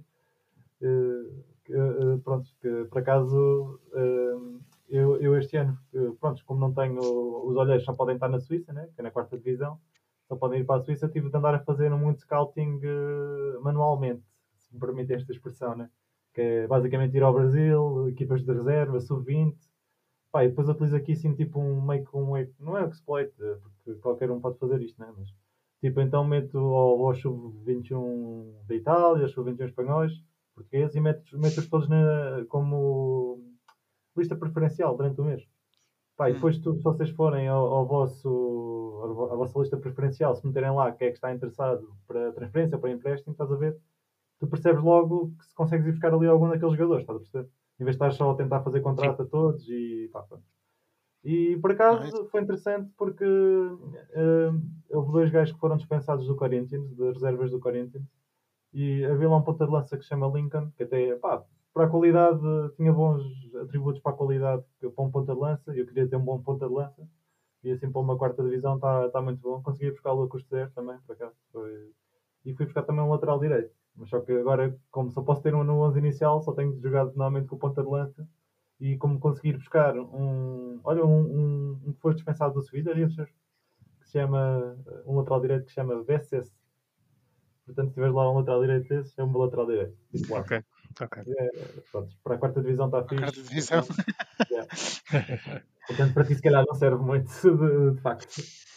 Pronto, que por acaso eu este ano, pronto, como não tenho os olheiros, só podem estar na Suíça, né? Que é na quarta divisão, só podem ir para a Suíça. Tive de andar a fazer muito scouting manualmente, se me permite esta expressão, né? Que é basicamente ir ao Brasil, equipas de reserva, sub-20, Pá, e depois utilizo aqui assim tipo meio que não é um exploit, porque qualquer um pode fazer isto, né? Mas tipo, então meto ao sub-21 da Itália, aos sub-21 espanhóis, portugueses, e meto-os todos como lista preferencial durante o mês. Pá, e depois, se vocês forem à vossa lista preferencial, se meterem lá quem é que está interessado para transferência ou para empréstimo, estás a ver? Tu percebes logo que se consegues ir buscar ali algum daqueles jogadores, estás a perceber? Em vez de estar só a tentar fazer Sim. contrato a todos e pá, pronto. E por Nice. acaso foi interessante porque houve 2 gajos que foram dispensados do Corinthians, das reservas do Corinthians, e havia lá um ponta de lança que se chama Lincoln, que até, pá, para a qualidade, tinha bons atributos para a qualidade para um ponta de lança, e eu queria ter um bom ponta de lança, e assim para uma quarta divisão está muito bom. Consegui buscá-lo a custo zero também, por acaso. E fui buscar também um lateral direito. Mas só que agora, como só posso ter um no 11 inicial, só tenho jogado normalmente com o ponta de lança. E como conseguir buscar um que foi dispensado do Sevilha, Richard, que se chama, um lateral direito que se chama Vesses. Portanto, se tiveres lá um lateral direito desse, é um bom lateral direito. Titular. Ok. Pronto, para a quarta divisão está A quarta fixe. divisão. Yeah. Portanto, para ti se calhar não serve muito, de facto.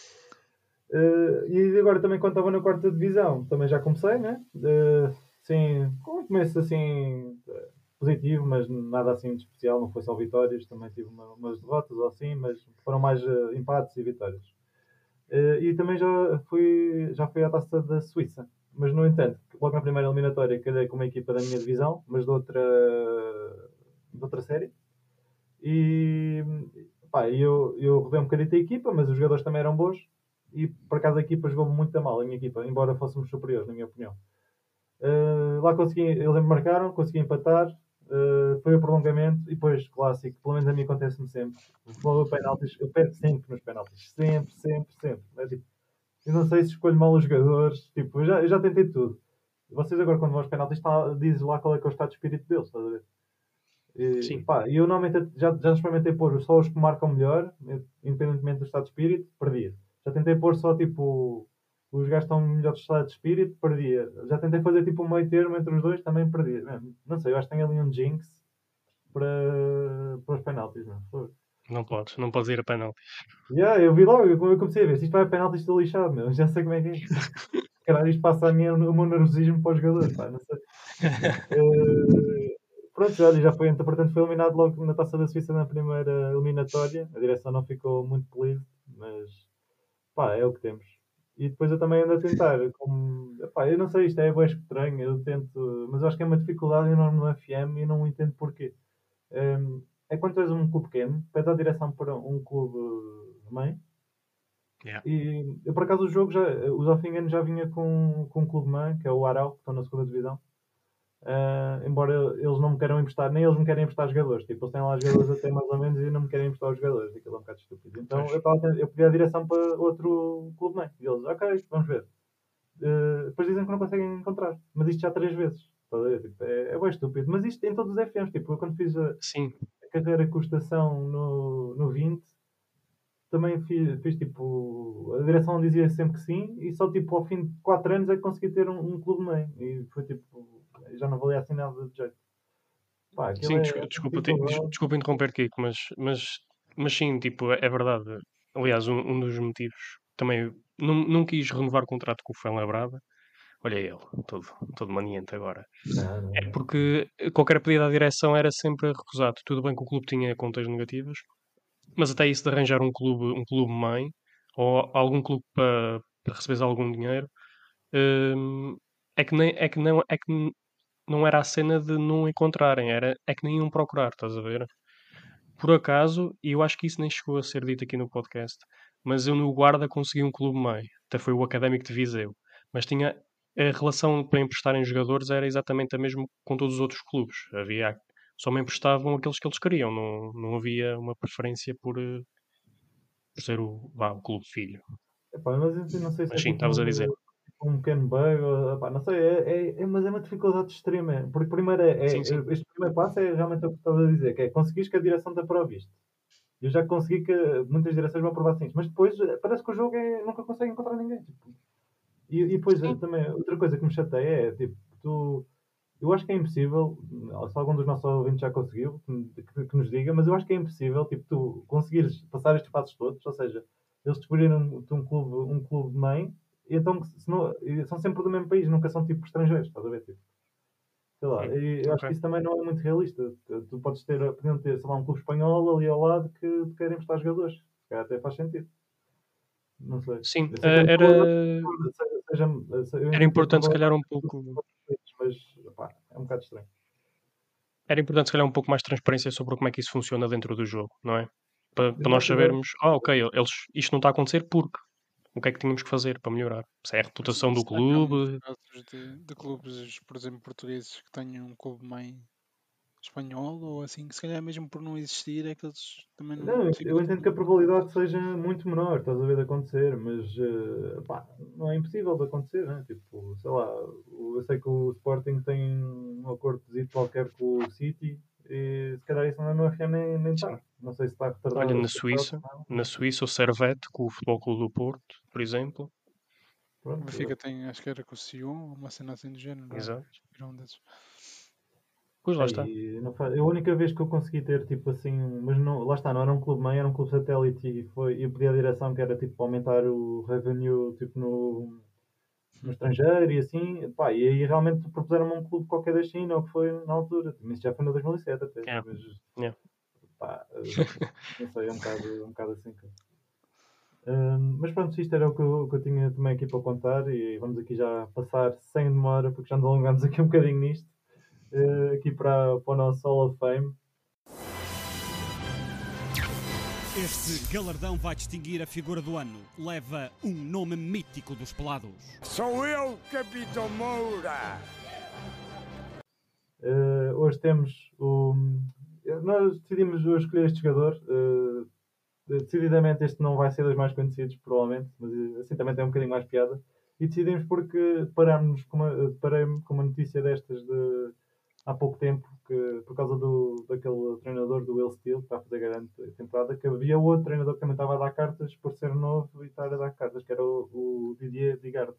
E agora também quando estava na quarta divisão, também já comecei, né? Sim, com um começo assim positivo, mas nada assim de especial, não foi só vitórias, também tive umas derrotas ou assim, mas foram mais empates e vitórias. E também já fui à taça da Suíça, mas no entanto, logo na primeira eliminatória calhei com uma equipa da minha divisão, mas de outra série. E pá, eu rodei um bocadinho a equipa, mas os jogadores também eram bons. E por acaso a equipa jogou muito a mal, a minha equipa, embora fôssemos superiores, na minha opinião. Lá consegui, eles marcaram, consegui empatar. Foi o prolongamento e depois, clássico, pelo menos a mim acontece-me sempre. O futebol de penaltis, eu perco sempre nos penaltis, sempre, sempre, sempre. É, tipo, eu não sei se escolho mal os jogadores, tipo, eu já tentei tudo. Vocês agora, quando vão aos penaltis, dizem lá qual é que é o estado de espírito deles, estás a ver? Sim. Pá, eu normalmente já experimentei pôr só os que marcam melhor, independentemente do estado de espírito, perdia. Já tentei pôr só tipo os gajos estão em melhor estado de espírito, perdia. Já tentei fazer tipo um meio termo entre os dois, também perdia. Não sei, eu acho que tem ali um jinx para os penaltis. Não podes ir a penaltis. Eu vi logo, eu comecei a ver, se isto vai a penaltis estou lixado, meu. Já sei como é que é. Se calhar isto passa o meu nervosismo para os jogadores, pá, não sei. Pronto, olha, já foi, portanto, foi eliminado logo na Taça da Suíça na primeira eliminatória. A direção não ficou muito feliz, mas pá, é o que temos. E depois eu também ando a tentar, epá, eu não sei, isto é bem estranho, eu tento, mas eu acho que é uma dificuldade enorme no FM e não entendo porquê. É quando tens um clube pequeno, pede a direção para um clube mãe, Yeah. e eu por acaso o Zofingen já vinha com um clube mãe, que é o Arau, que estão na segunda divisão. Embora eles não me queiram emprestar, nem eles me querem emprestar jogadores. Tipo, eles têm lá jogadores até mais ou menos e não me querem emprestar os jogadores. Aquilo é um bocado estúpido. Então eu pedi a direção para outro clube, né? E eles, ok, vamos ver. Depois dizem que não conseguem encontrar. Mas isto já 3 vezes. Tipo, é bem estúpido. Mas isto em todos os FMs. Tipo, eu quando fiz a Sim. carreira com estação no 20, também fiz tipo. A direção dizia sempre que sim, e só tipo ao fim de 4 anos é que consegui ter um clube meio. E foi tipo. Já não valia assim nada de jeito. Pá, aquilo Sim, é dificuldade. desculpa interromper, Kiko, mas sim, tipo, é verdade. Aliás, um dos motivos também não quis renovar o contrato com o Fuenlabrada. Olha ele, todo maniente agora. Não, não, É não. porque qualquer pedido à direção era sempre recusado. Tudo bem que o clube tinha contas negativas, mas até isso de arranjar um clube mãe ou algum clube para receberes algum dinheiro, é que não era a cena de não encontrarem, é que nem iam procurar, estás a ver? Por acaso, e eu acho que isso nem chegou a ser dito aqui no podcast, mas eu no Guarda consegui um clube meio, até foi o Académico de Viseu, mas tinha a relação para emprestarem jogadores era exatamente a mesma com todos os outros clubes. Só me emprestavam aqueles que eles queriam, não havia uma preferência por ser o clube filho. Epá, mas eu não sei se Mas é sim, tipo estavas a dizer. um pequeno bug, epá, não sei, mas é uma dificuldade extrema. Porque primeiro Sim, sim. este primeiro passo é realmente o que estás a dizer, que é conseguires que a direção te aprove isto. Eu já consegui que muitas direções vão aprovar sim, mas depois parece que o jogo nunca consegue encontrar ninguém. Tipo. E depois Sim. também outra coisa que me chateia é tipo, eu acho que é impossível, se algum dos nossos ouvintes já conseguiu, que nos diga, mas eu acho que é impossível, tipo, tu conseguires passar estes passos todos, ou seja, eles descobriram um clube mãe, e então se não, e são sempre do mesmo país, nunca são tipo estrangeiros, estás a ver? Tipo, sei lá, e eu acho Ok. que isso também não é muito realista. Tu podiam ter, sei lá, um clube espanhol ali ao lado que te querem emprestar jogadores. Se calhar até faz sentido. Não sei. Sim, Eu sei que era, eu era entendo que a importante se calhar probabilidade um pouco. mas pá, é um bocado estranho. Era importante se calhar um pouco mais de transparência sobre como é que isso funciona dentro do jogo, não é? Para nós Exato, exato. sabermos, ok, isto não está a acontecer porque o que é que tínhamos que fazer para melhorar? Se é a reputação do Será que há muitos clube, casos de clubes, por exemplo, portugueses que tenham um clube mãe espanhol ou assim, que se calhar mesmo por não existir é que eles também não Não, ficam eu assim entendo que a muito. probabilidade seja muito menor, estás a ver de acontecer, mas pá, não é impossível de acontecer, né? Tipo, sei lá, eu sei que o Sporting tem um acordo qualquer com o City e se calhar isso no FM nem sim. está. Não sei se está retardado. Olha, retardado, não, Na mas Suíça o Servette com o Futebol Clube do Porto, por exemplo. O pronto. Benfica tem, acho que era com o Sion, uma cena assim do género, não era? Exato. Era um desses. Pois lá está. Aí, não faz, a única vez que eu consegui ter tipo assim, mas não, lá está, não era um clube mãe, era um clube satélite e pedi à direção que era tipo para aumentar o revenue tipo no estrangeiro e assim, pá, e aí realmente propuseram-me um clube qualquer da China, ou que foi na altura, mas isso já foi no 2007 até, É, mas é. pá, não sei, é um bocado assim. Mas pronto, isto era o que eu tinha também aqui para contar e vamos aqui já passar sem demora, porque já nos alongamos aqui um bocadinho nisto, aqui para o nosso Hall of Fame. Este galardão vai distinguir a figura do ano. Leva um nome mítico dos pelados. Sou eu, Capitão Moura! Hoje temos o. Nós decidimos hoje escolher este jogador. Decididamente este não vai ser dos mais conhecidos, provavelmente, mas assim também tem um bocadinho mais piada. E decidimos porque parei-me com uma notícia destas há pouco tempo, que, por causa daquele treinador do Will Steele, que está a fazer grande temporada, que havia outro treinador que também estava a dar cartas por ser novo e estar a dar cartas, que era o Didier Digard.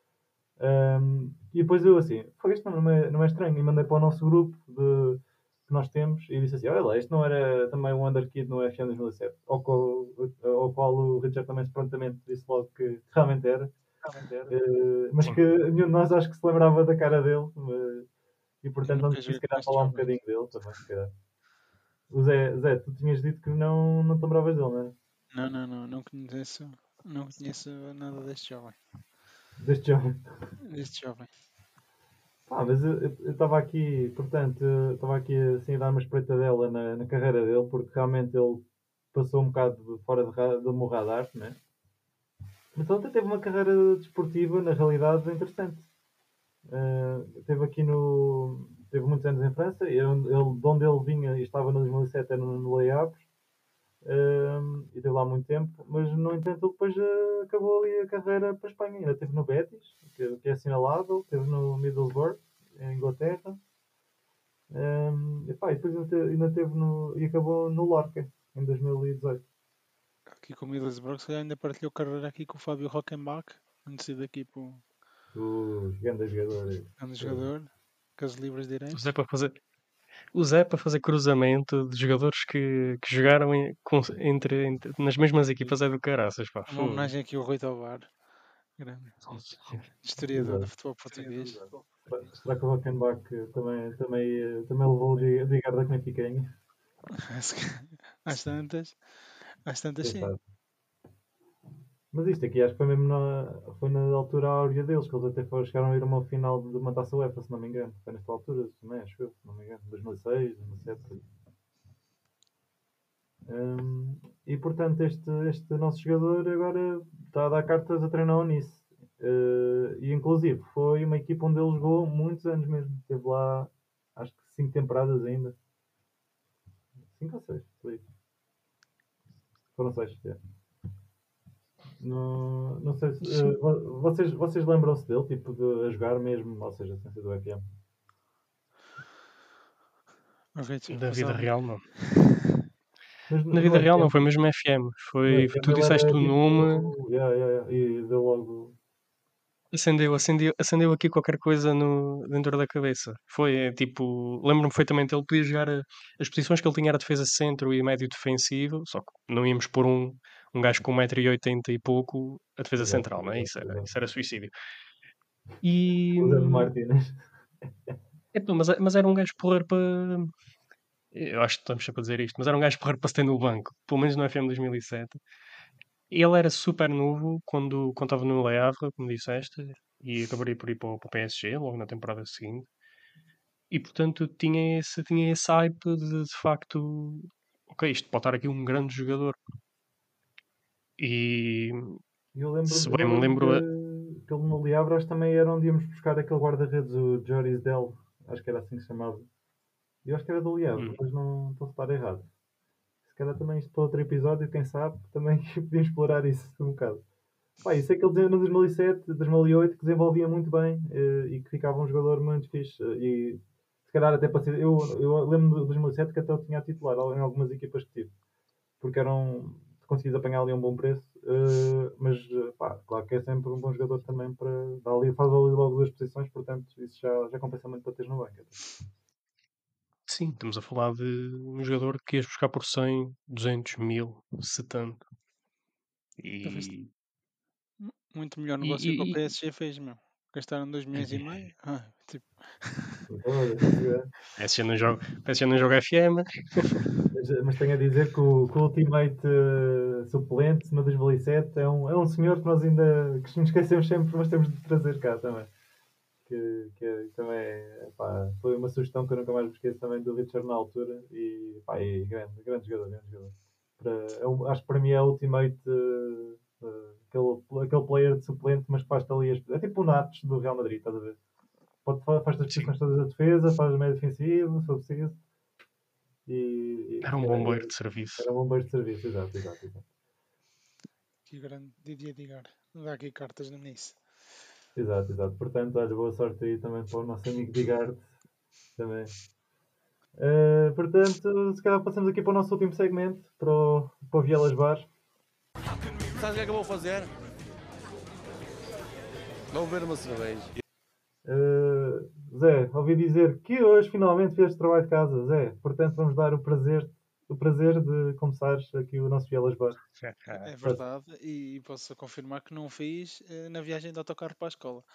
E depois eu assim, foi isto não é estranho, e mandei para o nosso grupo que nós temos e disse assim, olha lá, este não era também um underkid no FM 2007, ao qual o Richard também prontamente disse logo que realmente era. Mas Sim. que nenhum de nós acho que se lembrava da cara dele, e portanto Nunca vamos aqui joguei se com calhar este falar um jovem. bocadinho dele também, se calhar. O Zé, tu tinhas dito que não te lembravas dele, não é? Não conheço nada deste jovem. Deste jovem. Deste jovem. Mas eu estava aqui, portanto, estava aqui assim a dar uma espreitadela na carreira dele, porque realmente ele passou um bocado fora do meu radar, né? Mas ele até teve uma carreira desportiva, na realidade, interessante. Teve aqui teve muitos anos em França, de onde ele vinha e estava no 2007 era no Le Havre, e teve lá muito tempo, mas no entanto ele depois acabou ali a carreira para a Espanha. Ainda esteve no Betis, que é assinalável, esteve no Middlesbrough, em Inglaterra. E depois ainda teve e acabou no Lorca em 2018. Aqui com o Middlesbrough, se calhar ainda partilhou carreira aqui com o Fábio Rockenbach, antes de ir daqui para o Grande jogador. grande jogador, com os livres O direitos. Zé para fazer cruzamento de jogadores que jogaram nas mesmas equipas é do caraças, pá. Uma Fogo. homenagem aqui ao Rui Tovar, grande historiador do Exato. futebol português. Será que o Rockenbach também levou o Digard da Benfiquinha? Às tantas Quem sim. sabe? Mas isto aqui acho que foi mesmo foi na altura áurea deles, que eles até chegaram a ir a uma final de uma taça UEFA, se não me engano. Foi nesta altura também, acho eu, se não me engano. 2006, 2007, por aí. E portanto este nosso jogador agora está a dar cartas a treinar o Nice. E inclusive foi uma equipa onde ele jogou muitos anos mesmo. Esteve lá acho que 5 temporadas ainda. 5 ou 6, foi. Foram 6, é. Não sei se vocês lembram-se dele, tipo, a jogar mesmo, ou seja, sem ser do FM. Ok, deixa eu Da vida passar. real, não. Mas Na no vida real FM, não, foi mesmo FM. no Tu FM ele disseste era o tipo. nome. Yeah, e deu logo. acendeu aqui qualquer coisa dentro da cabeça. Foi tipo, lembro-me perfeitamente, ele podia jogar as posições que ele tinha era defesa centro e médio defensivo, só que não íamos pôr um gajo com 1,80 m e pouco a defesa Exato, central, não é? Isso exato. era suicídio. E. O Zé de Martínez. Epá, mas era um gajo porreiro para. Eu acho que estamos sempre a dizer isto, mas era um gajo porreiro para se ter no banco, pelo menos no FM 2007. Ele era super novo quando estava no Le Havre, como disseste, e acabaria por ir para o PSG logo na temporada seguinte. E portanto tinha esse hype de facto, ok, isto pode estar aqui um grande jogador. E Eu se lembro, bem eu me lembro lembro, que ele no Liabras também era onde íamos buscar aquele guarda-redes, o Joris Del, acho que era assim que se chamava. Eu acho que era do Liabras, hum, mas não estou a estar errado. Se calhar também isto para outro episódio, quem sabe, também podíamos explorar isso um bocado. Pá, isso é que ele no 2007, 2008, que desenvolvia muito bem e que ficava um jogador muito fixe. E se calhar até para ser. Eu lembro de 2007 que até o tinha a titular em algumas equipas que tive, porque eram. Conseguias apanhar ali a um bom preço, mas pá, claro que é sempre um bom jogador também para dar ali, faz ali logo duas posições, portanto isso já compensa muito para teres no banco. sim, estamos a falar de um jogador que ias buscar por 100, 200 mil, se tanto. Talvez E, muito melhor e, negócio que o e- e- PSG fez, meu. Gastaram 2 milhões e meio. Tipo, PSG não joga FM. Mas tenho a dizer que o Ultimate suplente no 2007 é um senhor que nós ainda que nos esquecemos sempre, mas temos de trazer cá também. Também pá, foi uma sugestão que eu nunca mais me esqueço também do Richard na altura e, pá, e grande jogador, grande jogador. Acho que para mim é o Ultimate aquele player de suplente, mas que faz ali é tipo o Natos do Real Madrid, estás a ver? Faz as Sim, posições todas da defesa, faz o meio defensivo, se for preciso. era um Era, bombeiro de serviço. era um bombeiro de serviço, exato, exato, exato. que grande Didier Digar. Dá aqui cartas no início. Exato, exato. Portanto, olha, boa sorte aí também para o nosso amigo Digard também. Portanto, se calhar passamos aqui para o nosso último segmento, para o Vielas Bar. Sabes o que é que eu vou fazer? Vou beber uma cerveja. Zé, ouvi dizer que hoje finalmente fizeste trabalho de casa, Zé. Portanto, vamos dar o prazer de começares aqui o nosso Vielas Bar. É verdade, e posso confirmar que não fiz na viagem de autocarro para a escola.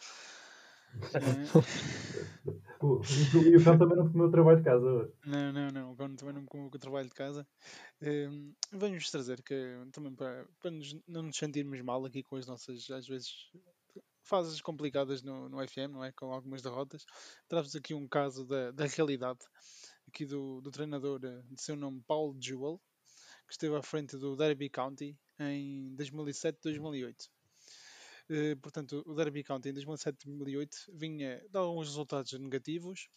E o cão também não comeu o trabalho de casa hoje. Não, agora também não com o trabalho de casa. Vamos trazer que também para não nos sentirmos mal aqui com as nossas, às vezes, fases complicadas no FM, não é? Com algumas derrotas. Traz-vos aqui um caso da realidade aqui do treinador de seu nome Paul Jewell, que esteve à frente do Derby County em 2007-2008. Portanto, o Derby County em 2007-2008 vinha de alguns resultados negativos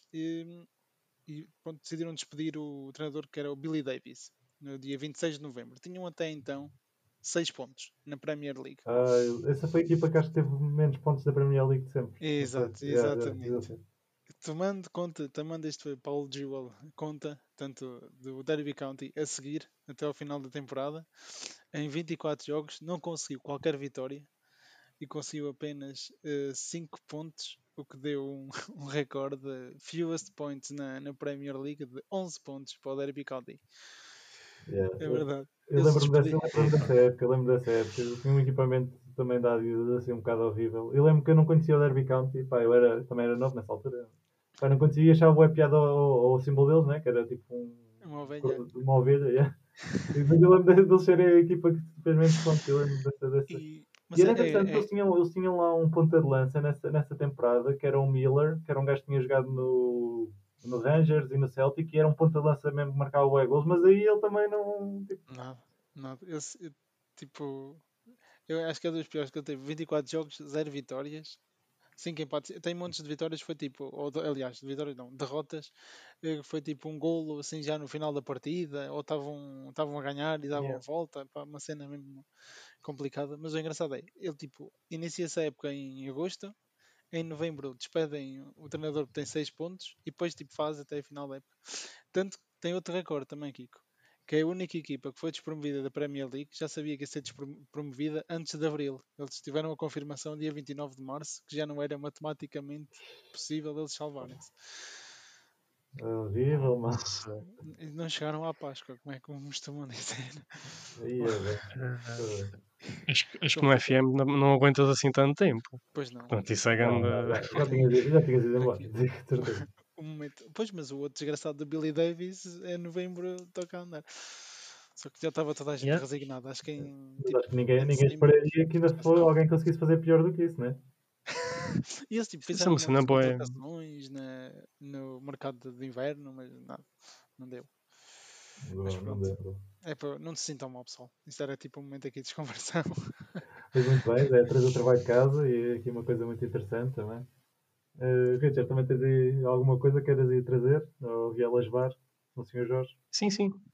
e pronto, decidiram despedir o treinador que era o Billy Davies no dia 26 de novembro. Tinham até então 6 pontos na Premier League. Essa foi a equipa que acho que teve menos pontos da Premier League de sempre. Não foi? Exato, Yeah, exatamente. yeah. Tomando conta, tomando este Paul Jewell conta, tanto do Derby County a seguir até ao final da temporada, em 24 jogos não conseguiu qualquer vitória e conseguiu apenas 5 pontos, o que deu um recorde de fewest points na Premier League de 11 pontos para o Derby County. Yeah. É verdade. Eu Eles lembro-me despediram. dessa época. Eu tinha um equipamento também dado assim um bocado horrível. Eu lembro que eu não conhecia o Derby County, pá, também era novo nessa altura. Pá, não conhecia e achava boa piada ao símbolo deles, né? Que era tipo Uma ovelha. uma ovelha. Yeah. E depois eu lembro deles serem a equipa que fez menos pontos. Eu lembro dessa. Mas E era interessante que eles tinham lá um ponta de lança nessa temporada, que era o Miller, que era um gajo que tinha jogado no Rangers e no Celtic, e era um ponta de lança mesmo que marcava o gols, mas aí ele também não. Tipo, Nada. Tipo, eu acho que é dos piores que ele teve. 24 jogos, 0 vitórias, 5 empates. Tem montes de vitórias, foi tipo, aliás, de vitórias não, derrotas. Foi tipo um golo assim já no final da partida, ou estavam a ganhar e davam a yeah. volta. Pá, uma cena mesmo complicada. Mas o engraçado é, ele tipo, inicia essa época em agosto. Em novembro despedem o treinador que tem 6 pontos e depois tipo faz até a final da época. Tanto que tem outro recorde também, Kiko, que é a única equipa que foi despromovida da Premier League, já sabia que ia ser despromovida antes de Abril. Eles tiveram a confirmação dia 29 de Março, que já não era matematicamente possível eles salvarem-se. Horrível, mano. Nossa. E não chegaram à Páscoa, como é que me costumam dizer. Aí é bem. Acho que no FM não aguentas assim tanto tempo. Pois não. Portanto, isso é Não, grande. já tinhas ido embora. Aqui. De certeza. O momento... Pois, mas o outro desgraçado do Billy Davis é novembro, toca a andar. Só que já estava toda a gente Yeah. resignada. Acho que em. Mas Tipo, acho que ninguém em dezembro, esperaria que ainda descansaram. alguém conseguisse fazer pior do que isso, né? E eles tipo, Isso é fizeram uma cena montes de boa. contratações no mercado de inverno, mas nada, não deu. Mas Não pronto. deu. É para não se sintam mal, pessoal. Isso era tipo um momento aqui de desconversão. Mas muito bem, é trazer o trabalho de casa e aqui uma coisa muito interessante também. Richard, também tens aí alguma coisa que queiras ir trazer? Ou Vielas Bar, o Sr. Jorge? Sim.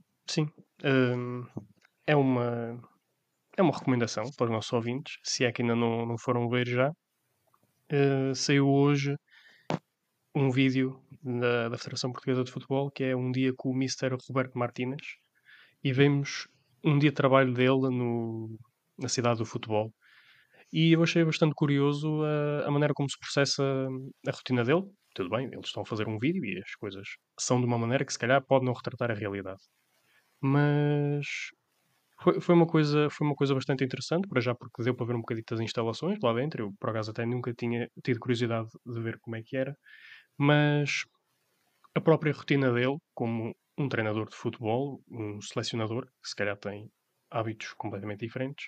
É uma recomendação para os nossos ouvintes, se é que ainda não foram ver já. Saiu hoje um vídeo da Federação Portuguesa de Futebol, que é um dia com o Mister Roberto Martínez, e vemos um dia de trabalho dele na cidade do futebol. E eu achei bastante curioso a maneira como se processa a rotina dele. Tudo bem, eles estão a fazer um vídeo e as coisas são de uma maneira que se calhar pode não retratar a realidade. Mas foi uma coisa bastante interessante, para já porque deu para ver um bocadinho das instalações lá dentro. Eu, por acaso, até nunca tinha tido curiosidade de ver como é que era. Mas a própria rotina dele, como um treinador de futebol, um selecionador, que se calhar tem hábitos completamente diferentes,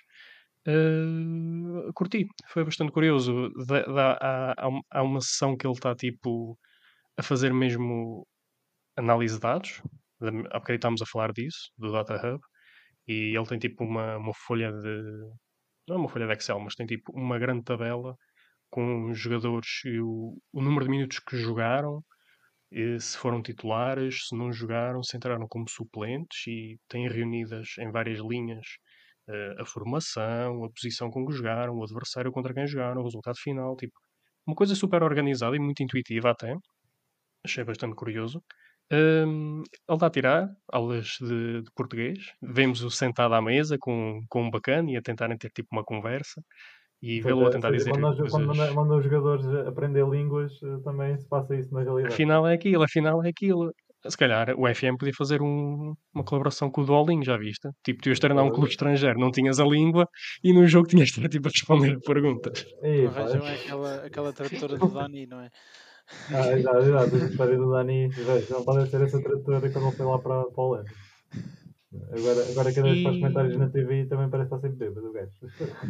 curti. Foi bastante curioso. Há uma sessão que ele está tipo a fazer mesmo análise de dados. Há bocadinho estávamos a falar disso, do Data Hub, e ele tem tipo uma folha de. Não é uma folha de Excel, mas tem tipo uma grande tabela com os jogadores e o número de minutos que jogaram, e se foram titulares, se não jogaram, se entraram como suplentes, e tem reunidas em várias linhas a formação, a posição com que jogaram, o adversário contra quem jogaram, o resultado final, tipo, uma coisa super organizada e muito intuitiva até. Achei bastante curioso. Ele está a tirar aulas de português. Vemos-o sentado à mesa com um bacana e a tentarem ter tipo uma conversa. E vê-lo a Ou tentar seja, dizer quando coisas. manda os jogadores aprender línguas, também se passa isso na realidade. Afinal é aquilo, afinal é aquilo. Se calhar o FM podia fazer uma colaboração com o Duolingo, já viste? Tipo, tu ias treinar um clube estrangeiro, não tinhas a língua e no jogo tinhas de estar tipo a responder a perguntas. Ei, Não pá. arranjam aquela tradutora do Dani, não é? Exato. Essa história do Dani, velho, não pode ser essa tradutora quando ele foi lá para a Holanda. Agora cada vez que faz comentários na E. TV também parece estar sempre bêbado o gajo.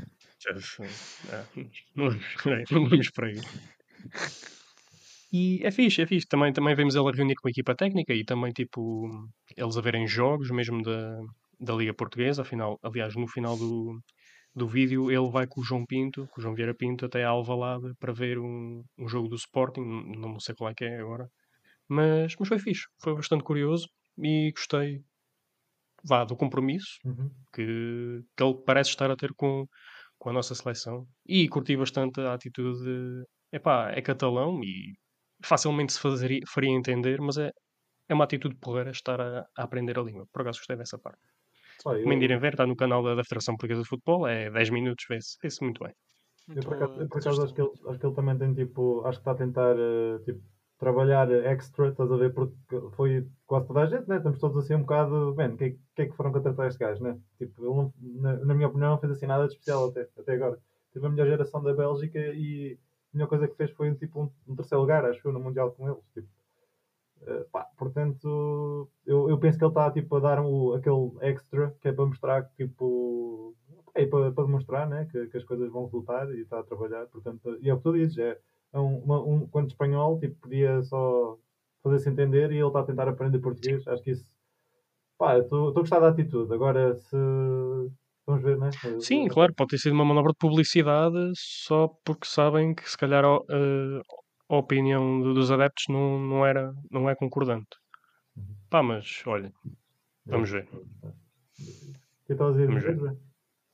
Não vamos por aí. E é fixe, é fixe. Também vemos ele a reunir com a equipa técnica e também, tipo, eles a verem jogos mesmo da Liga Portuguesa. Aliás, no final do vídeo, ele vai com o João Pinto, com o João Vieira Pinto, até a Alvalade para ver um jogo do Sporting. Não sei qual é que é agora. Mas foi fixe. Foi bastante curioso e gostei, do compromisso Uhum. que ele parece estar a ter com a nossa seleção. E curti bastante a atitude de, epá, é catalão e facilmente se faria entender, mas é uma atitude porreira estar a aprender a língua. Por acaso gostei dessa parte. Pá, Recomendo irem ver, está no canal da Federação Portuguesa de Futebol, é 10 minutos, vê-se muito bem. Muito por boa acaso sugestão. acho que ele também tem tipo, acho que está a tentar tipo, trabalhar extra, estás a ver? Porque foi quase toda a gente, né? Estamos todos assim um bocado, bem, o que é que foram contratar este gajo, né? Tipo, ele não, na minha opinião não fez assim nada de especial até agora. Teve a melhor geração da Bélgica e a melhor coisa que fez foi tipo um terceiro lugar, acho eu, no Mundial com eles. Tipo, pá, portanto, eu penso que ele está tipo, a dar aquele extra que é para mostrar que tipo. É para demonstrar né, que as coisas vão resultar e está a trabalhar. Portanto, e é o que tu dizes, quando espanhol tipo, podia só fazer-se entender e ele está a tentar aprender português. Acho que isso. Pá, estou a gostar da atitude. Agora, se. Vamos ver, né? Sim, claro, pode ter sido uma manobra de publicidade só porque sabem que se calhar a opinião dos adeptos não é concordante. Pá, mas olha, vamos ver. O que estavas a Vamos dizer, ver. Zé?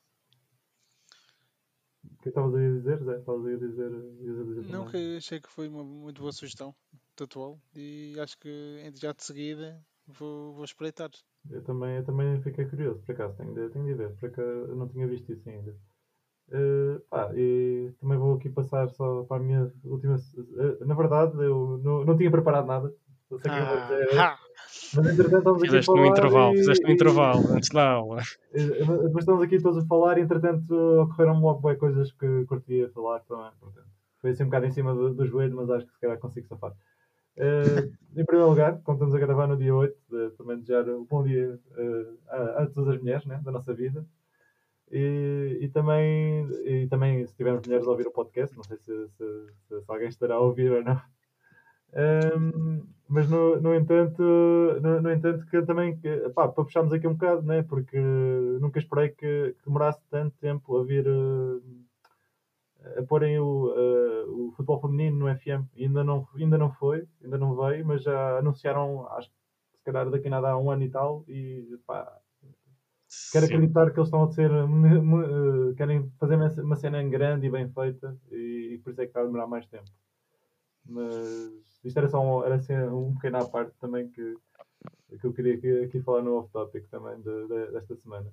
O que estavas a dizer, Zé? Estavas a dizer. Não, Também. que achei que foi uma muito boa sugestão de atual e acho que já de seguida Vou espreitar. Eu também fiquei curioso, por acaso, tenho de ver, porque eu não tinha visto isso ainda. E também vou aqui passar só para a minha última. Na verdade, eu não tinha preparado nada. Eu sei que eu vou dizer, mas entretanto estamos aqui a Fizeste um falar intervalo antes da aula. mas estamos aqui todos a falar e entretanto ocorreram-me logo bem coisas que curtia falar também. Portanto, foi assim um bocado em cima do joelho, mas acho que se calhar consigo safar. Em primeiro lugar, como estamos a gravar no dia 8, também desejar um bom dia a todas as mulheres, né, da nossa vida. E também, se tivermos mulheres a ouvir o podcast, não sei se alguém estará a ouvir ou não. Mas no entanto que também para puxarmos aqui um bocado, né? Porque nunca esperei que demorasse tanto tempo a vir a porem o futebol feminino no FM. Ainda não foi, ainda não veio, mas já anunciaram, acho que se calhar daqui a nada há um ano e tal, e pá, quero Sim. acreditar que eles estão a ser querem fazer uma cena em grande e bem feita, e por isso é que está a demorar mais tempo. Mas isto era só era assim, um pequeno à parte também que eu queria aqui falar no off-topic também desta semana.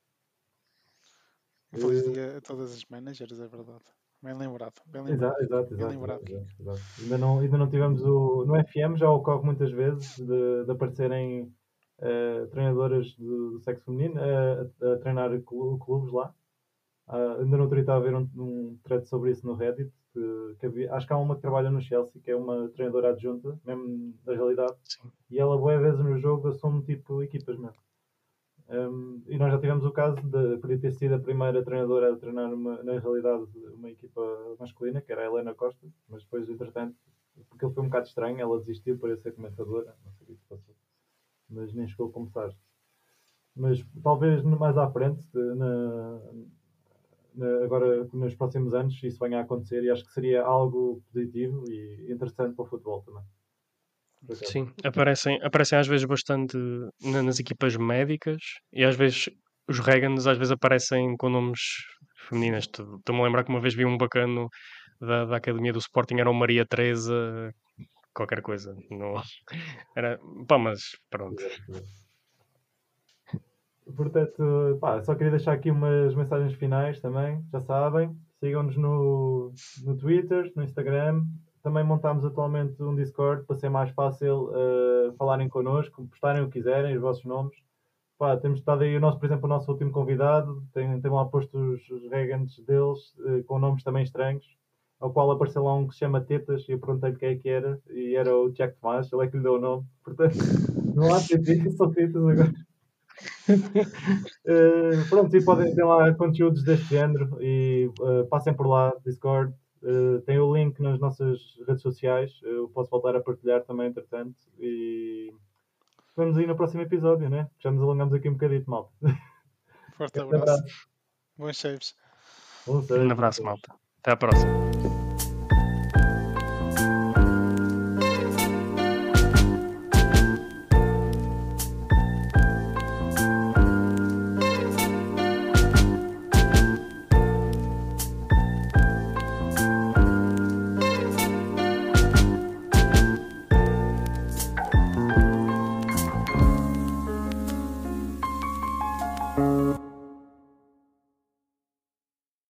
Feliz dia a todas as managers, é verdade. Bem lembrado. Bem lembrado. Exato. Bem lembrado. Ainda não tivemos no FM, já ocorre muitas vezes de aparecerem treinadoras do sexo feminino a treinar clubes lá. Ainda não estava a ver um thread sobre isso no Reddit. Que havia, acho que há uma que trabalha no Chelsea, que é uma treinadora adjunta, mesmo da realidade, Sim. e ela boas vezes no jogo assume tipo equipas mesmo. E nós já tivemos o caso de poder ter sido a primeira treinadora a treinar na realidade uma equipa masculina, que era a Helena Costa, mas depois, entretanto, porque ele foi um bocado estranho, ela desistiu para ser comentadora, não sei o que se passou, mas nem chegou a começar. Mas talvez mais à frente, agora nos próximos anos, isso venha a acontecer, e acho que seria algo positivo e interessante para o futebol também. Sim, aparecem às vezes bastante nas equipas médicas e às vezes os Regans às vezes aparecem com nomes femininas. Estou-me a lembrar que uma vez vi um bacano da academia do Sporting, era o Maria Teresa, qualquer coisa. Não, era, pá, mas pronto. Portanto, pá, só queria deixar aqui umas mensagens finais também, já sabem. Sigam-nos no Twitter, no Instagram. Também montámos atualmente um Discord para ser mais fácil falarem connosco, postarem o que quiserem, os vossos nomes. Pá, temos estado aí, por exemplo, o nosso último convidado, tem lá posto os regans deles, com nomes também estranhos, ao qual apareceu lá um que se chama Tetas, e eu perguntei-lhe quem é que era, e era o Jack Tomás, ele é que lhe deu o nome. Portanto, não há Tetas, só Tetas agora. Pronto, e podem ter lá conteúdos deste género e passem por lá, Discord. Tem o link nas nossas redes sociais. Eu posso voltar a partilhar também, entretanto. E vamos aí no próximo episódio, né? Já nos alongamos aqui um bocadinho, malta. Forte Grande abraço. abraço. Bons saves. Bom Um save. abraço, malta. Até à próxima.